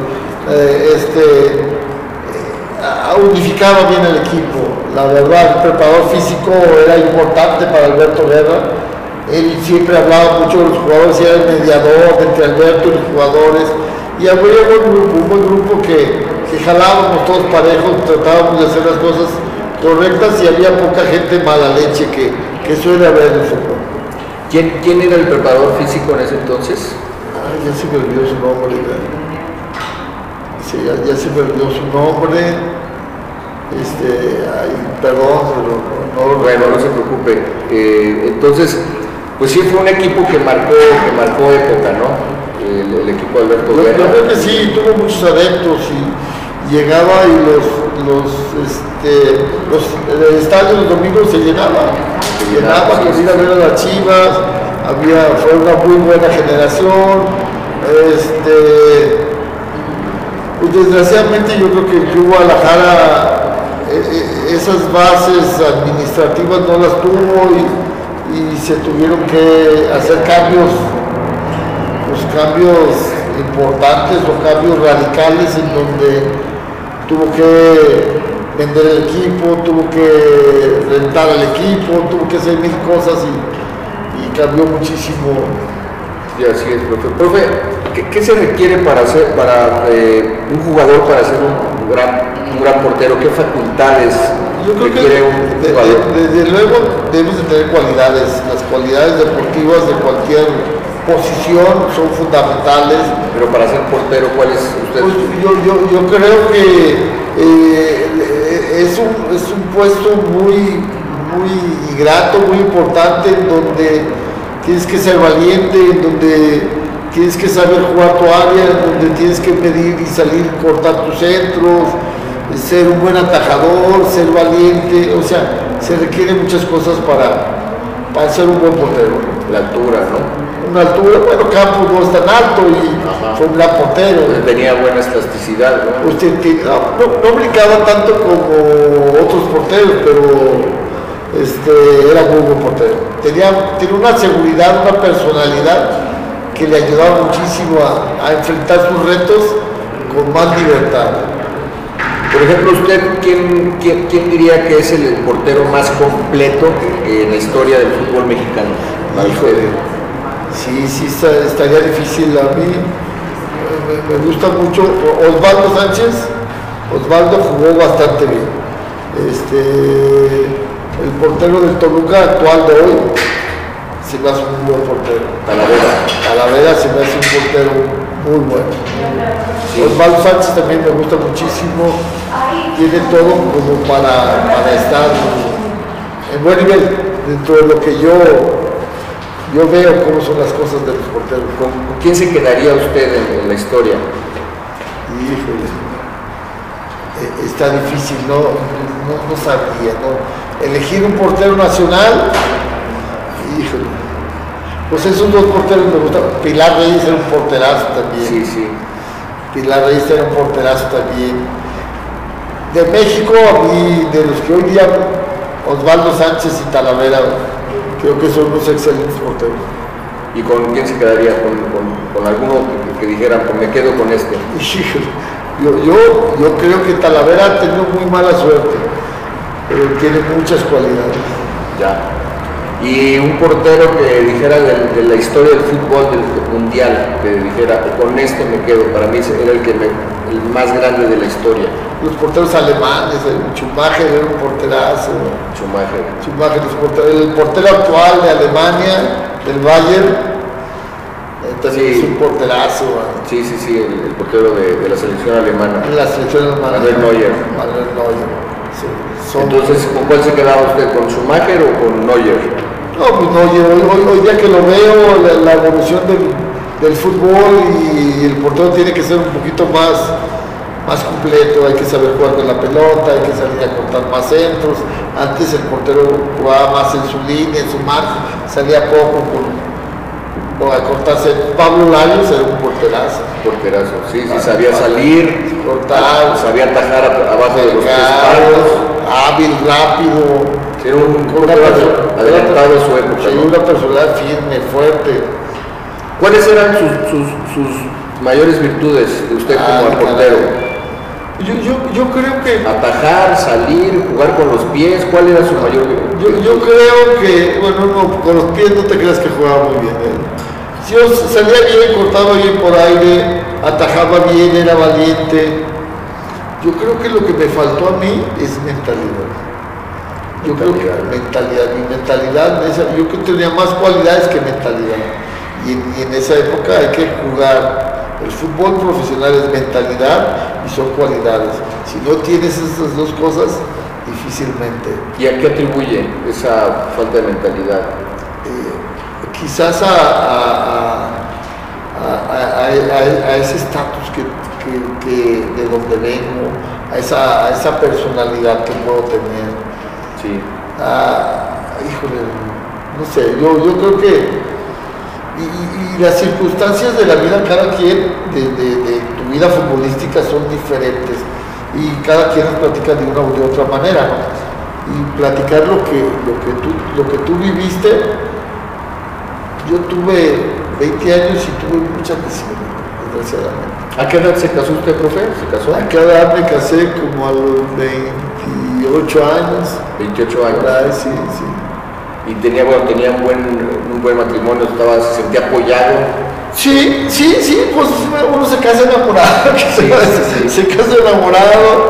unificaba bien el equipo. La verdad, el preparador físico era importante para Alberto Guerra. Él siempre hablaba mucho de los jugadores, era el mediador entre Alberto y los jugadores, y había un buen grupo que jalábamos todos parejos, tratábamos de hacer las cosas correctas y había poca gente mala leche que suele haber en el fútbol. ¿Quién era el preparador físico en ese entonces? Ya se me olvidó su nombre. Ya se me olvidó su nombre. Perdón, pero no se preocupe. Entonces, pues sí fue un equipo que marcó época, ¿no? El equipo de Alberto Guerra. Yo creo que sí, tuvo muchos adeptos y llegaba y el estadio los domingos se llenaba por ir a ver a las Chivas, fue una muy buena generación. Pues desgraciadamente yo creo que Guadalajara esas bases administrativas no las tuvo y se tuvieron que hacer cambios importantes o cambios radicales en donde tuvo que vender el equipo, tuvo que rentar el equipo, tuvo que hacer 1000 cosas y cambió muchísimo. Y así es, profe. Profe, ¿qué se requiere para un jugador para ser un gran portero? ¿Qué facultades requiere un jugador? Desde luego debemos de tener cualidades. Las cualidades deportivas de cualquier posición son fundamentales. Pero para ser portero, ¿cuál es usted? Pues yo creo que es un puesto muy grato, muy importante, en donde tienes que ser valiente, en donde tienes que saber jugar tu área, en donde tienes que pedir y salir, cortar tus centros, ser un buen atajador, ser valiente. O sea, se requieren muchas cosas para ser un buen portero. La altura, ¿no? Una altura, bueno, Campos no es tan alto y fue un gran portero. Tenía buena elasticidad, ¿no? No brincaba tanto como otros porteros, pero era muy buen portero. Tenía una seguridad, una personalidad que le ayudaba muchísimo a enfrentar sus retos con más libertad. Por ejemplo, ¿usted quién diría que es el portero más completo en la historia del fútbol mexicano? Híjole, sí, estaría difícil. A mí me gusta mucho Osvaldo Sánchez. Osvaldo jugó bastante bien. El portero del Toluca actual de hoy se me hace un buen portero. Talavera se me hace un portero muy bueno. Sí. Osvaldo Sánchez también me gusta muchísimo, tiene todo como para estar en buen nivel, dentro de lo que yo veo cómo son las cosas de los porteros. ¿Con quién se quedaría usted en la historia? Híjole, está difícil, no sabría, ¿no? Elegir un portero nacional, híjole, pues esos dos porteros me gustan. Pilar Reyes era un porterazo también. Sí. Pilar Reyes era un porterazo también. De México, a mí, de los que hoy día, Osvaldo Sánchez y Talavera, creo que son unos excelentes porteros. ¿Y con quién se quedaría? ¿Con alguno que dijera, pues me quedo con este? Yo creo que Talavera ha tenido muy mala suerte, pero tiene muchas cualidades. Ya. Y un portero que dijera de la historia del fútbol del mundial, que dijera, con este me quedo, para mí era el más grande de la historia. Los porteros alemanes, Schumacher era un porterazo. Schumacher, el portero actual de Alemania, del Bayern, también es un porterazo. Sí, el portero de la selección alemana. La selección alemana. Manuel Neuer. Sí, entonces, ¿con cuál se quedaba usted? ¿Con Schumacher o con Neuer? No, pues Neuer, hoy día que lo veo, la evolución del fútbol y el portero tiene que ser un poquito más completo, hay que saber jugar con la pelota, hay que salir a cortar más centros. Antes el portero jugaba más en su línea, en su margen, salía poco a cortarse. Pablo Larios era un porterazo. Sí, sabía salir, cortar, sabía atajar abajo de los tres palos. Hábil, rápido. Era un adelantado a su época. Sí, una personalidad firme, fuerte. ¿Cuáles eran sus mayores virtudes de usted como portero? Yo creo que... Atajar, salir, jugar con los pies, ¿cuál era su mayor virtud? Yo creo que, bueno, no, con los pies no te creas que jugaba muy bien. Si yo salía bien, cortaba bien por aire, atajaba bien, era valiente. Yo creo que lo que me faltó a mí es mentalidad. Yo creo que mi mentalidad, yo creo que tenía más cualidades que mentalidad. Y en esa época hay que jugar. El fútbol profesional es mentalidad y son cualidades. Si no tienes esas dos cosas, difícilmente. ¿Y a qué atribuye esa falta de mentalidad? Quizás a ese estatus que de donde vengo, a esa personalidad que puedo tener. Sí. Híjole, no sé, yo creo que y las circunstancias de la vida, cada quien de tu vida futbolística son diferentes y cada quien nos platica de una u de otra manera, ¿no? Y platicar lo que tú viviste. Yo tuve 20 años y tuve muchas lesiones, desgraciadamente. ¿A qué edad se casó usted, profe? ¿Se casó? ¿A qué edad me casé? Como a los 28 años. 28 años. ¿Verdad? Sí. Y tenía un buen matrimonio, se sentía apoyado. Sí, pues uno se casa enamorado, se casa enamorado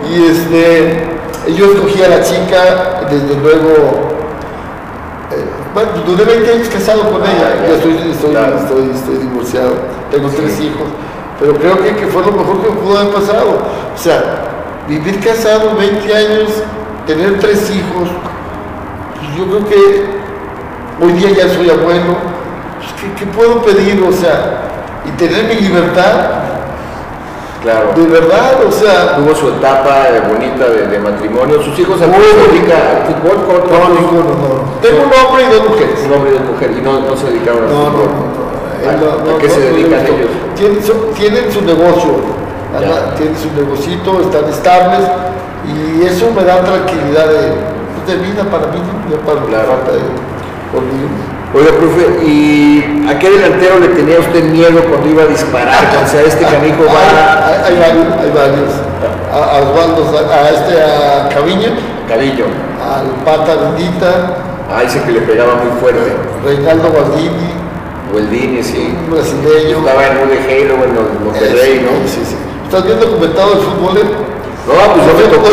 y yo escogí a la chica, desde luego, bueno, duré 20 años casado con ella, ya estoy divorciado, tengo 3 hijos, pero creo que fue lo mejor que me pudo haber pasado. O sea, vivir casado 20 años, tener 3 hijos, yo creo que hoy día ya soy abuelo, pues, ¿qué puedo pedir? O sea, y tener mi libertad. Claro. De verdad, o sea. Tuvo su etapa bonita de matrimonio. ¿Sus hijos se dedican al fútbol? No. Tengo un hombre y 2 mujeres. Un hombre y 2 mujeres. Y no se dedicaron al fútbol. ¿A qué se dedican ellos? Tienen su negocio. Tienen su negocito, están estables. Y eso me da tranquilidad de vida para mí, no para la falta de conmigo. Oiga, profe, ¿y a qué delantero le tenía usted miedo cuando iba a disparar? O sea, este canijo va... Hay varios. A Osvaldo, a Caviño. Al Pata Bendita. Ese que le pegaba muy fuerte. Reinaldo Gualdini, sí. Un brasileño. Estaba en UDG, luego en Monterrey, ¿no? Sí. ¿Estás bien documentado el fútbol? No, pues me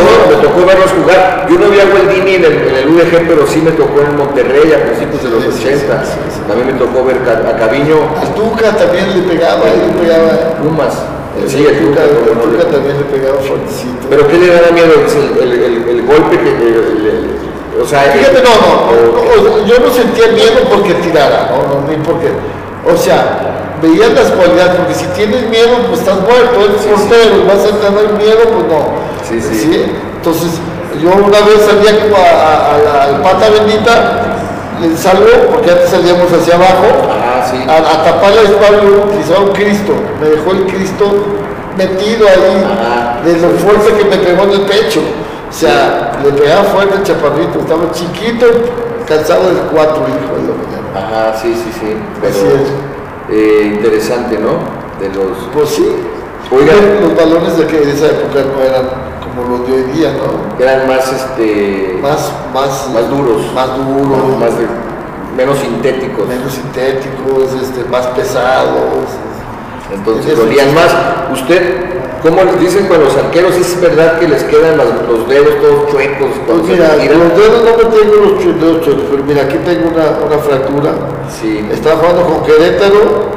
tocó verlos jugar. Yo no vi a Gualdini en el UDG, pero sí me tocó en Monterrey a principios de los 80. También me tocó ver a Caviño. Al Tuca también le pegaba, Pumas. Sí, el Tuca también le pegaba fuertecito. ¿Pero qué le da miedo? El golpe que... o sea, fíjate, no, yo no sentía miedo porque tirara, ni porque... O sea, veías las cualidades, porque si tienes miedo, pues estás muerto, eres portero, vas a tener miedo, pues no. Sí. Entonces, yo una vez salía como al Pata Bendita, le salgo, porque antes salíamos hacia abajo, a tapar la espalda, utilizaba un Cristo, me dejó el Cristo metido ahí, de lo fuerte que me pegó en el pecho. O sea, le pegaba fuerte el chaparrito, estaba chiquito, cansado del 4, hijo de la mañana. Ajá, sí. Pero, así es. Interesante, ¿no? De los... Pues sí. Oigan, los balones de esa época no eran como los de hoy día, ¿no? Eran más, más duros. Menos sintéticos. Más pesados. Entonces dolían más. ¿Usted, cómo les dicen con los arqueros? ¿Es verdad que les quedan los dedos todos chuecos? Pues mira, los dedos no me tengo los dedos chuecos, pero mira, aquí tengo una fractura. Sí. Estaba jugando con Querétaro.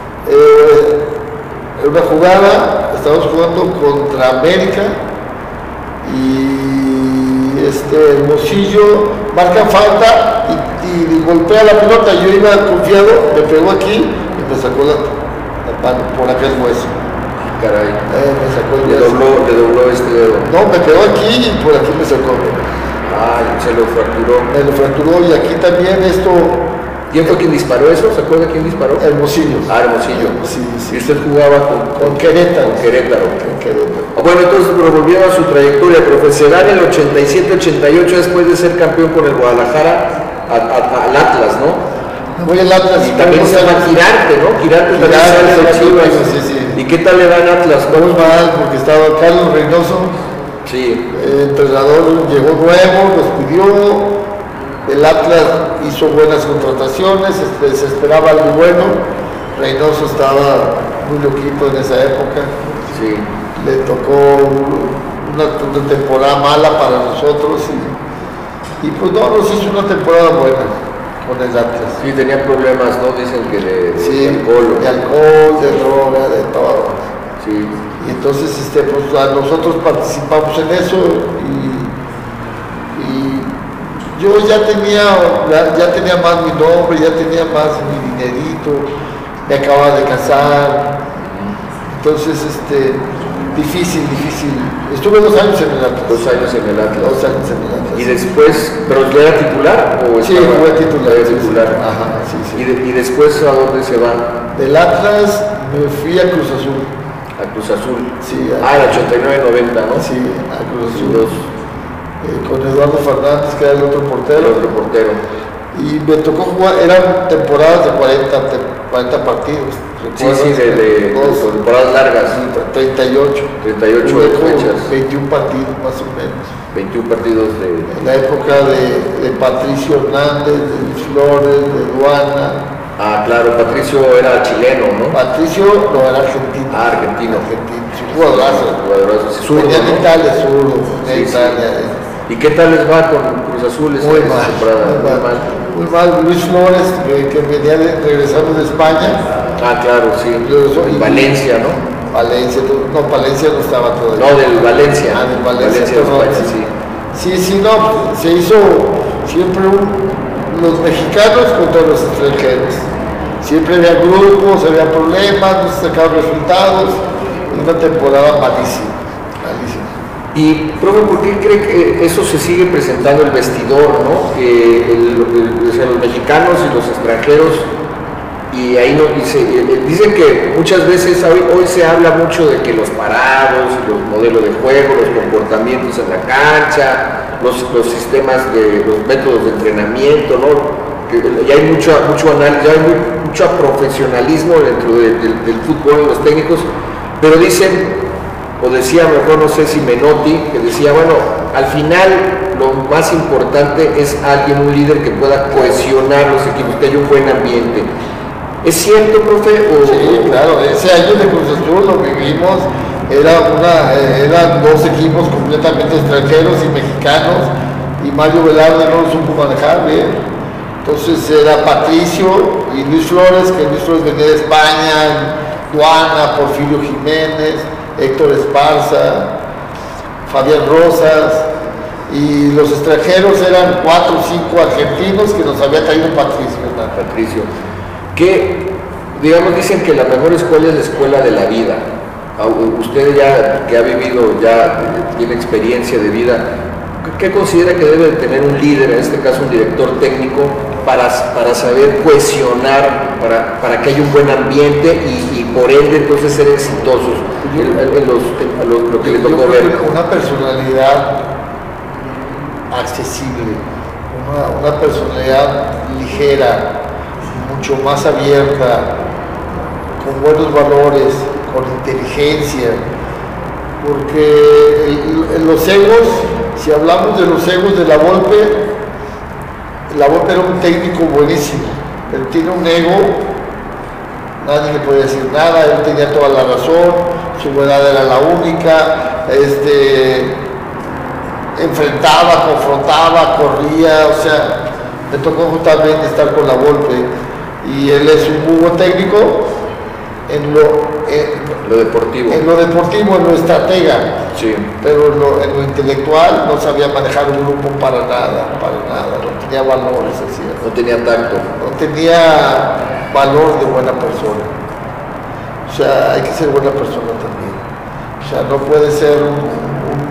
Una jugada, estábamos jugando contra América y Hermosillo marca falta y golpea la pelota. Yo iba confiado, me pegó aquí y me sacó la mano por aquel hueso. Caray. Me sacó el hueso. Le dobló este dedo. No, me pegó aquí y por aquí me sacó. Se lo fracturó. Me lo fracturó y aquí también esto. ¿Quién fue quien disparó eso? ¿Se acuerda quién disparó? Hermosillo. Hermosillo. Sí. Y usted jugaba con Querétaro. Bueno, entonces, pero volviendo a su trayectoria profesional, en el 87-88, después de ser campeón con el Guadalajara, al Atlas, ¿no? Me voy al Atlas. Y también se llama Quirarte, ¿no? Quirarte también sale de Chivas. Sí. ¿Y qué tal le dan Atlas? Muy mal, porque estaba Carlos Reynoso. Sí. El entrenador llegó nuevo, los pidió. El Atlas hizo buenas contrataciones, se esperaba algo bueno. Reynoso estaba muy loquito en esa época. Sí. Le tocó una temporada mala para nosotros y pues no nos hizo una temporada buena con el Atlas. Sí, tenían problemas, ¿no? Dicen que de alcohol. De alcohol, de droga, de todo. Sí. Y entonces pues nosotros participamos en eso y yo ya tenía más mi nombre, ya tenía más mi dinerito, me acababa de casar, entonces difícil. Estuve 2 años en el Atlas. 2 años en el Atlas. 2 años en el Atlas. ¿Y después, pero ya era titular? Sí, fue titular. Sí. Ajá, sí. ¿Y después a dónde se va? Del Atlas me fui a Cruz Azul. A Cruz Azul. Sí. El 89-90, ¿no? Sí, a Cruz Azul. Con Eduardo Fernández, que era el otro portero. Y me tocó jugar, eran temporadas de 40 partidos. Sí, de temporadas largas. 38 fechas. 21 partidos más o menos. 21 partidos En la época de Patricio Hernández, de Luis Flores, de Duana. Ah, claro, Patricio era chileno, ¿no? Patricio no era argentino. Argentino. Jugadorazo. Venía de Italia, Italia. ¿Y qué tal les va con Cruz Azul esta temporada? Muy mal. Luis Flores, que venía regresando de España. Ah, claro, sí. Y Valencia, ¿no? Palencia no estaba todavía. No, del Valencia. Del Valencia de España, sí. No, se hizo siempre los mexicanos contra los extranjeros. Siempre había grupos, había problemas, no se sacaban resultados. Una temporada malísima. Y, profe, ¿por qué cree que eso se sigue presentando el vestidor, ¿no? Que los mexicanos y los extranjeros, y ahí dicen que muchas veces hoy se habla mucho de que los parados, los modelos de juego, los comportamientos en la cancha, los sistemas, los métodos de entrenamiento, ¿no? Ya hay mucho análisis, ya hay mucho profesionalismo dentro del fútbol, los técnicos, pero dicen, o decía, mejor no sé si Menotti, que decía, bueno, al final lo más importante es un líder que pueda cohesionar los equipos, que haya un buen ambiente. ¿Es cierto, profe? Sí, claro, ese año de Cruz Azul lo vivimos, eran dos equipos completamente extranjeros y mexicanos, y Mario Velarde no lo supo manejar bien. Entonces era Patricio y Luis Flores, que Luis Flores venía de España, Duana, Porfirio Jiménez, Héctor Esparza, Fabián Rosas, y los extranjeros eran 4 o 5 argentinos que nos había traído Patricio. Patricio, que digamos dicen que la mejor escuela es la escuela de la vida. Usted ya que ha vivido, ya tiene experiencia de vida, ¿qué considera que debe de tener un líder, en este caso un director técnico, para saber cohesionar, para que haya un buen ambiente y por ende entonces ser exitosos en lo que le tocó ver? Una personalidad accesible, una personalidad ligera, mucho más abierta, con buenos valores, con inteligencia, porque los egos, si hablamos de los egos de la Volpe era un técnico buenísimo, pero tiene un ego, nadie le puede decir nada, él tenía toda la razón, su verdad era la única, enfrentaba, confrontaba, corría, o sea, me tocó justamente estar con la Volpe, y él es un muy buen técnico en lo deportivo, en lo estratega, sí. Pero en lo intelectual no sabía manejar un grupo para nada, no tenía valores, así, no tenía tacto, no tenía valor de buena persona. O sea, hay que ser buena persona también, o sea, no puede ser un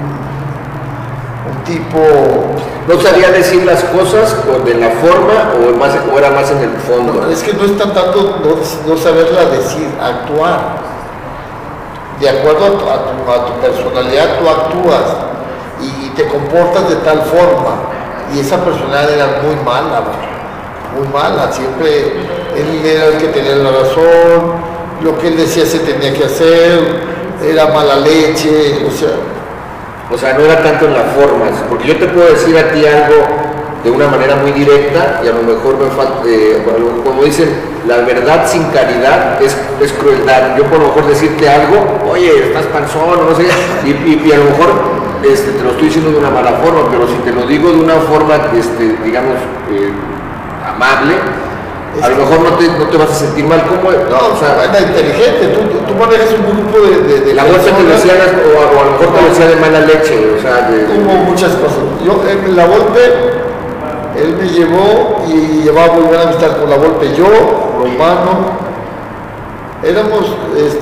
tipo... ¿No sabía decir las cosas de la forma o era más en el fondo? No, es que no es tanto no saberla decir, actuar. De acuerdo a tu personalidad, tú actúas y te comportas de tal forma. Y esa personalidad era muy mala. Siempre él era el que tenía la razón, lo que él decía se tenía que hacer, era mala leche, O sea, no era tanto en las formas, porque yo te puedo decir a ti algo de una manera muy directa y a lo mejor me falta, como dicen, la verdad sin caridad es crueldad. Yo puedo a lo mejor decirte algo, oye, estás panzón, no sé, y a lo mejor te lo estoy diciendo de una mala forma, pero si te lo digo de una forma, digamos, amable, a lo mejor no te vas a sentir mal. ¿Cómo? No, o sea, era inteligente, tú manejas un grupo de la Volpe te lo decía, o a lo mejor te lo decía de mala leche, o sea, hubo muchas cosas. Yo en la Volpe, él me llevó y llevaba muy buena amistad con la Volpe. Yo, Romano, éramos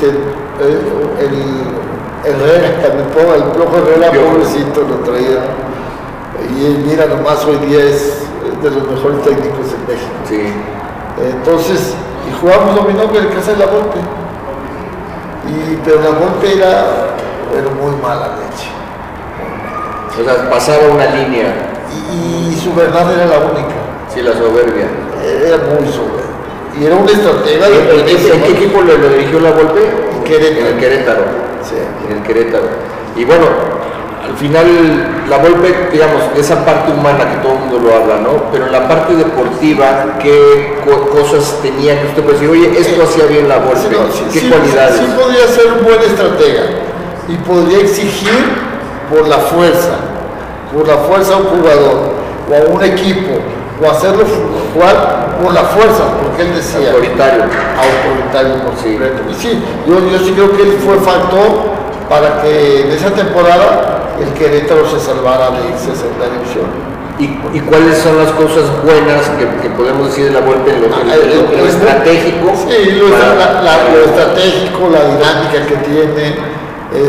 el Herrera, el Plojo Herrera, pobrecito, lo traía. Y mira, nomás hoy día es de los mejores técnicos en México. Sí. Entonces, y jugábamos dominó en casa de la Volpe. Pero la Volpe era muy mala leche. O sea, pasaba una línea. Y su verdad era la única. Sí, la soberbia. Era muy soberbia. Y era un estratega. ¿En qué equipo lo dirigió la Volpe? En el Querétaro. Sí. En el Querétaro. Y bueno, al final la Volpe, digamos, esa parte humana que todo el mundo lo habla, ¿no? Pero en la parte deportiva, ¿qué cosas tenía que usted puede decir, oye, esto hacía bien la Volpe? ¿Qué cualidades? Sí podría ser un buen estratega y podría exigir por la fuerza a un jugador o a un equipo, o hacerlo jugar por la fuerza, porque él decía autoritario por completo. Y sí, yo sí creo que él fue factor para que en esa temporada el Querétaro se salvara de irse a segunda división. ¿Y cuáles son las cosas buenas que podemos decir de la Volpe en lo estratégico? Sí, lo estratégico, la dinámica que tiene.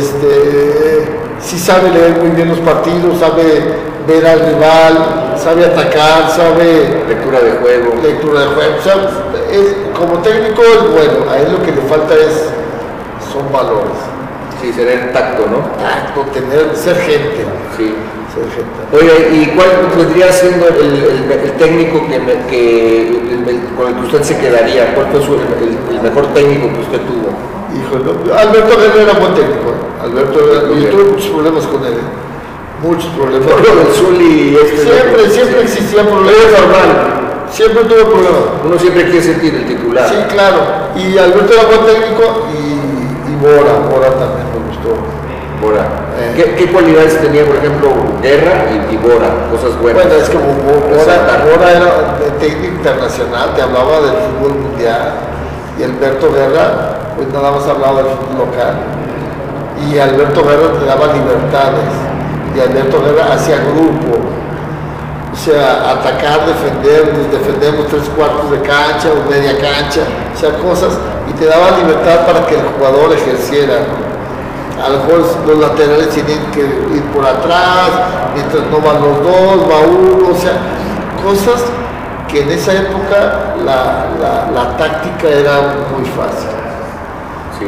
Sí sabe leer muy bien los partidos, sabe ver al rival, sabe atacar, sabe... Lectura de juego. O sea, como técnico es bueno, a él lo que le falta son valores. Sí, tener tacto, ¿no? Tacto, ser gente. Sí. Ser gente. Oye, ¿y cuál vendría siendo el técnico con el que usted se quedaría? ¿Cuál fue el mejor técnico que usted tuvo? Híjole, Alberto Guerrero era buen técnico. Yo tuve muchos problemas con él. Muchos problemas. Por lo del Zuli siempre existía problemas. Es normal. Siempre tuve problemas. Uno siempre quiere sentir el titular. Sí, claro. Y Alberto era buen técnico y Bora también me gustó gustó. Bora. ¿Qué cualidades tenía, por ejemplo, Guerra y Bora? Cosas buenas. Bueno, es como Bora era de técnico internacional, te hablaba del fútbol mundial, y Alberto Guerra, pues nada más hablaba del fútbol local. Y Alberto Guerra te daba libertades, y Alberto Guerra hacía grupo. O sea, atacar, defender, nos defendemos 3/4 de cancha o media cancha, o sea, cosas, y te daba libertad para que el jugador ejerciera, ¿no? A lo mejor los laterales tienen que ir por atrás, mientras no van los dos, va uno, o sea, cosas que en esa época la táctica era muy fácil. Sí.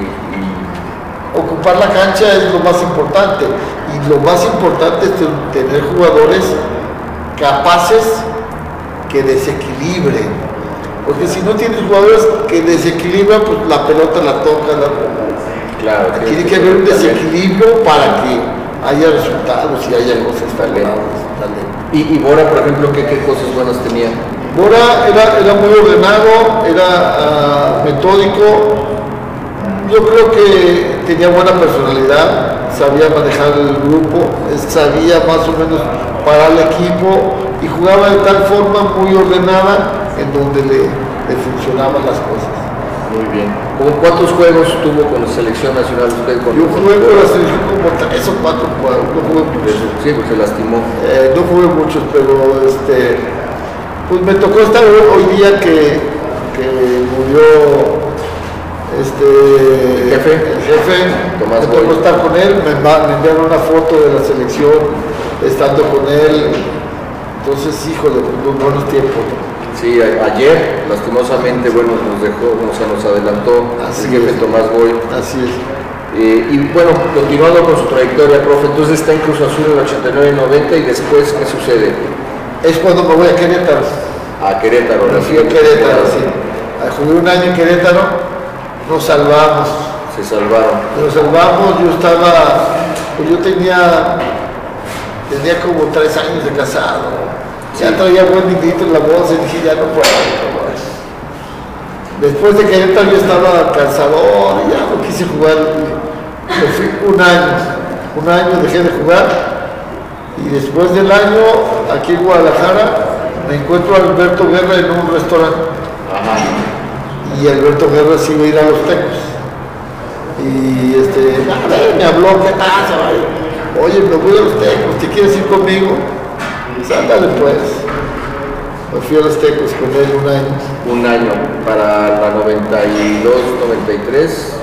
Ocupar la cancha es lo más importante, y lo más importante es tener jugadores capaces que desequilibren, porque si no tienes jugadores que desequilibran, pues la pelota la toca, claro, tiene que haber un desequilibrio para que haya resultados y haya cosas favorables. ¿Y Bora, por ejemplo, qué cosas buenas tenía? Bora era muy ordenado, era metódico, yo creo que tenía buena personalidad, sabía manejar el grupo, sabía más o menos parar el equipo y jugaba de tal forma muy ordenada en donde le funcionaban las cosas. Muy bien. ¿Cuántos juegos tuvo con la selección nacional usted? Yo jugué con la selección como 3 o 4 juegos, no jugué muchos. Sí, porque se lastimó. No jugué muchos, pero pues me tocó estar hoy día que murió el jefe, Tomás me tocó Boy. estar con él, me enviaron una foto de la selección estando con él, entonces híjole, muy buenos tiempos. Sí, ayer lastimosamente, bueno, nos dejó, o sea, nos adelantó Así el jefe es. Tomás Boy. Así es. Y bueno, continuando con su trayectoria, profe, entonces está en Cruz Azul en el 89-90 y después, ¿qué sucede? Es cuando me voy a Querétaro. A Querétaro, Me fui a Querétaro, sí. Jugué un año en Querétaro, nos salvamos. Se salvaron. Nos salvamos, yo tenía como 3 años de casado. Ya traía buen dinerito en la bolsa y dije, ya no puedo. Después de Querétaro yo estaba cansador y ya no quise jugar. Me fui un año dejé de jugar y después del año aquí en Guadalajara me encuentro a Alberto Guerra en un restaurante. Ajá. Y Alberto Guerra sí iba a ir a los Tecos. Y me habló, ¿qué pasa? Oye, me voy a los Tecos, ¿te quieres ir conmigo? Pues ándale pues. Me fui a los Tecos con él un año. Un año, para la 92-93.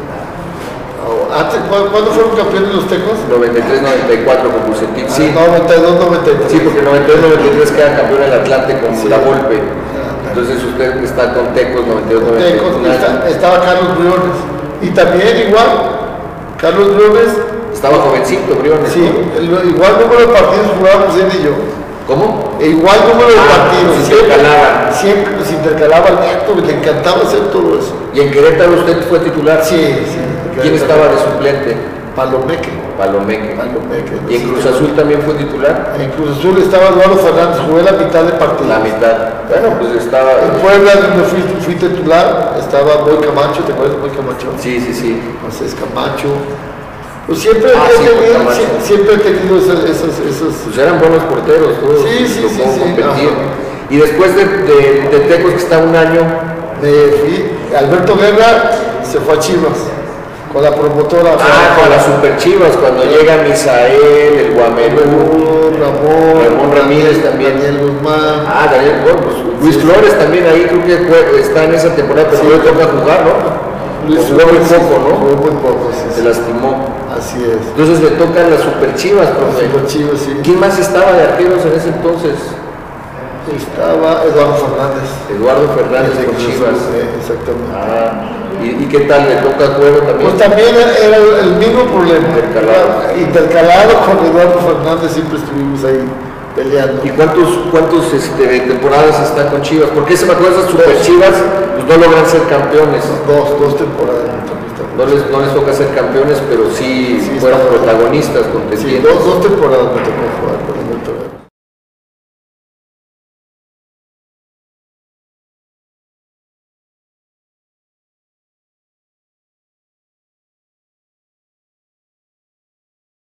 ¿Cuándo fueron campeones los Tecos? 93-94 con Bucetich, sí. 92-93. Sí, porque 92-93 queda campeón el Atlante con Sí. La Volpe. Entonces usted está con Tecos 92-93. Estaba Carlos Briones. Y también igual, Carlos Briones. Estaba jovencito, Briones. Sí, ¿no? igual número de partidos jugábamos él y yo. ¿Cómo? Igual número de partidos. Se intercalaban. Siempre nos intercalaba el neto, le encantaba hacer todo eso. ¿Y en Querétaro usted fue titular? Sí. ¿Quién estaba de suplente? Palomeque. Palomeque. ¿Y en Cruz Azul también fue titular? En Cruz Azul estaba Eduardo Fernández, jugué la mitad de partido. La mitad. Bueno, pues estaba... En Puebla, donde fui titular, estaba Boy Camacho, ¿te acuerdas de Boy Camacho? Sí. José Camacho. Pues siempre he tenido esas. Pues eran buenos porteros, todos. Sí. Competir. Y después de Tecos, que está un año... Alberto Guerra se fue a Chivas. Con la promotora. Con las Super Chivas, cuando llega Misael, el Guamerú, Ramón Ramírez también. Daniel Guzmán. Daniel, pues, Luis Flores también ahí creo que está en esa temporada, pero no le toca jugar, ¿no? Luis jugó muy poco, ¿no? Jugó muy poco, sí. Se lastimó. Así es. Entonces le tocan las Super Chivas, profe. Super Chivas, sí. ¿Quién más estaba de arqueros en ese entonces? Estaba Eduardo Fernández. Eduardo Fernández con Chivas. Exactamente. ¿Y qué tal? ¿Le toca juego también? Pues también era el mismo problema. Intercalado con Eduardo Fernández, siempre estuvimos ahí peleando. ¿Y cuántos temporadas está con Chivas? Porque se me acuerda, esas Super Chivas pues no logran ser campeones. Dos temporadas. No les toca ser campeones, pero sí fueron protagonistas, contendientes. Sí, dos temporadas me tocó jugar.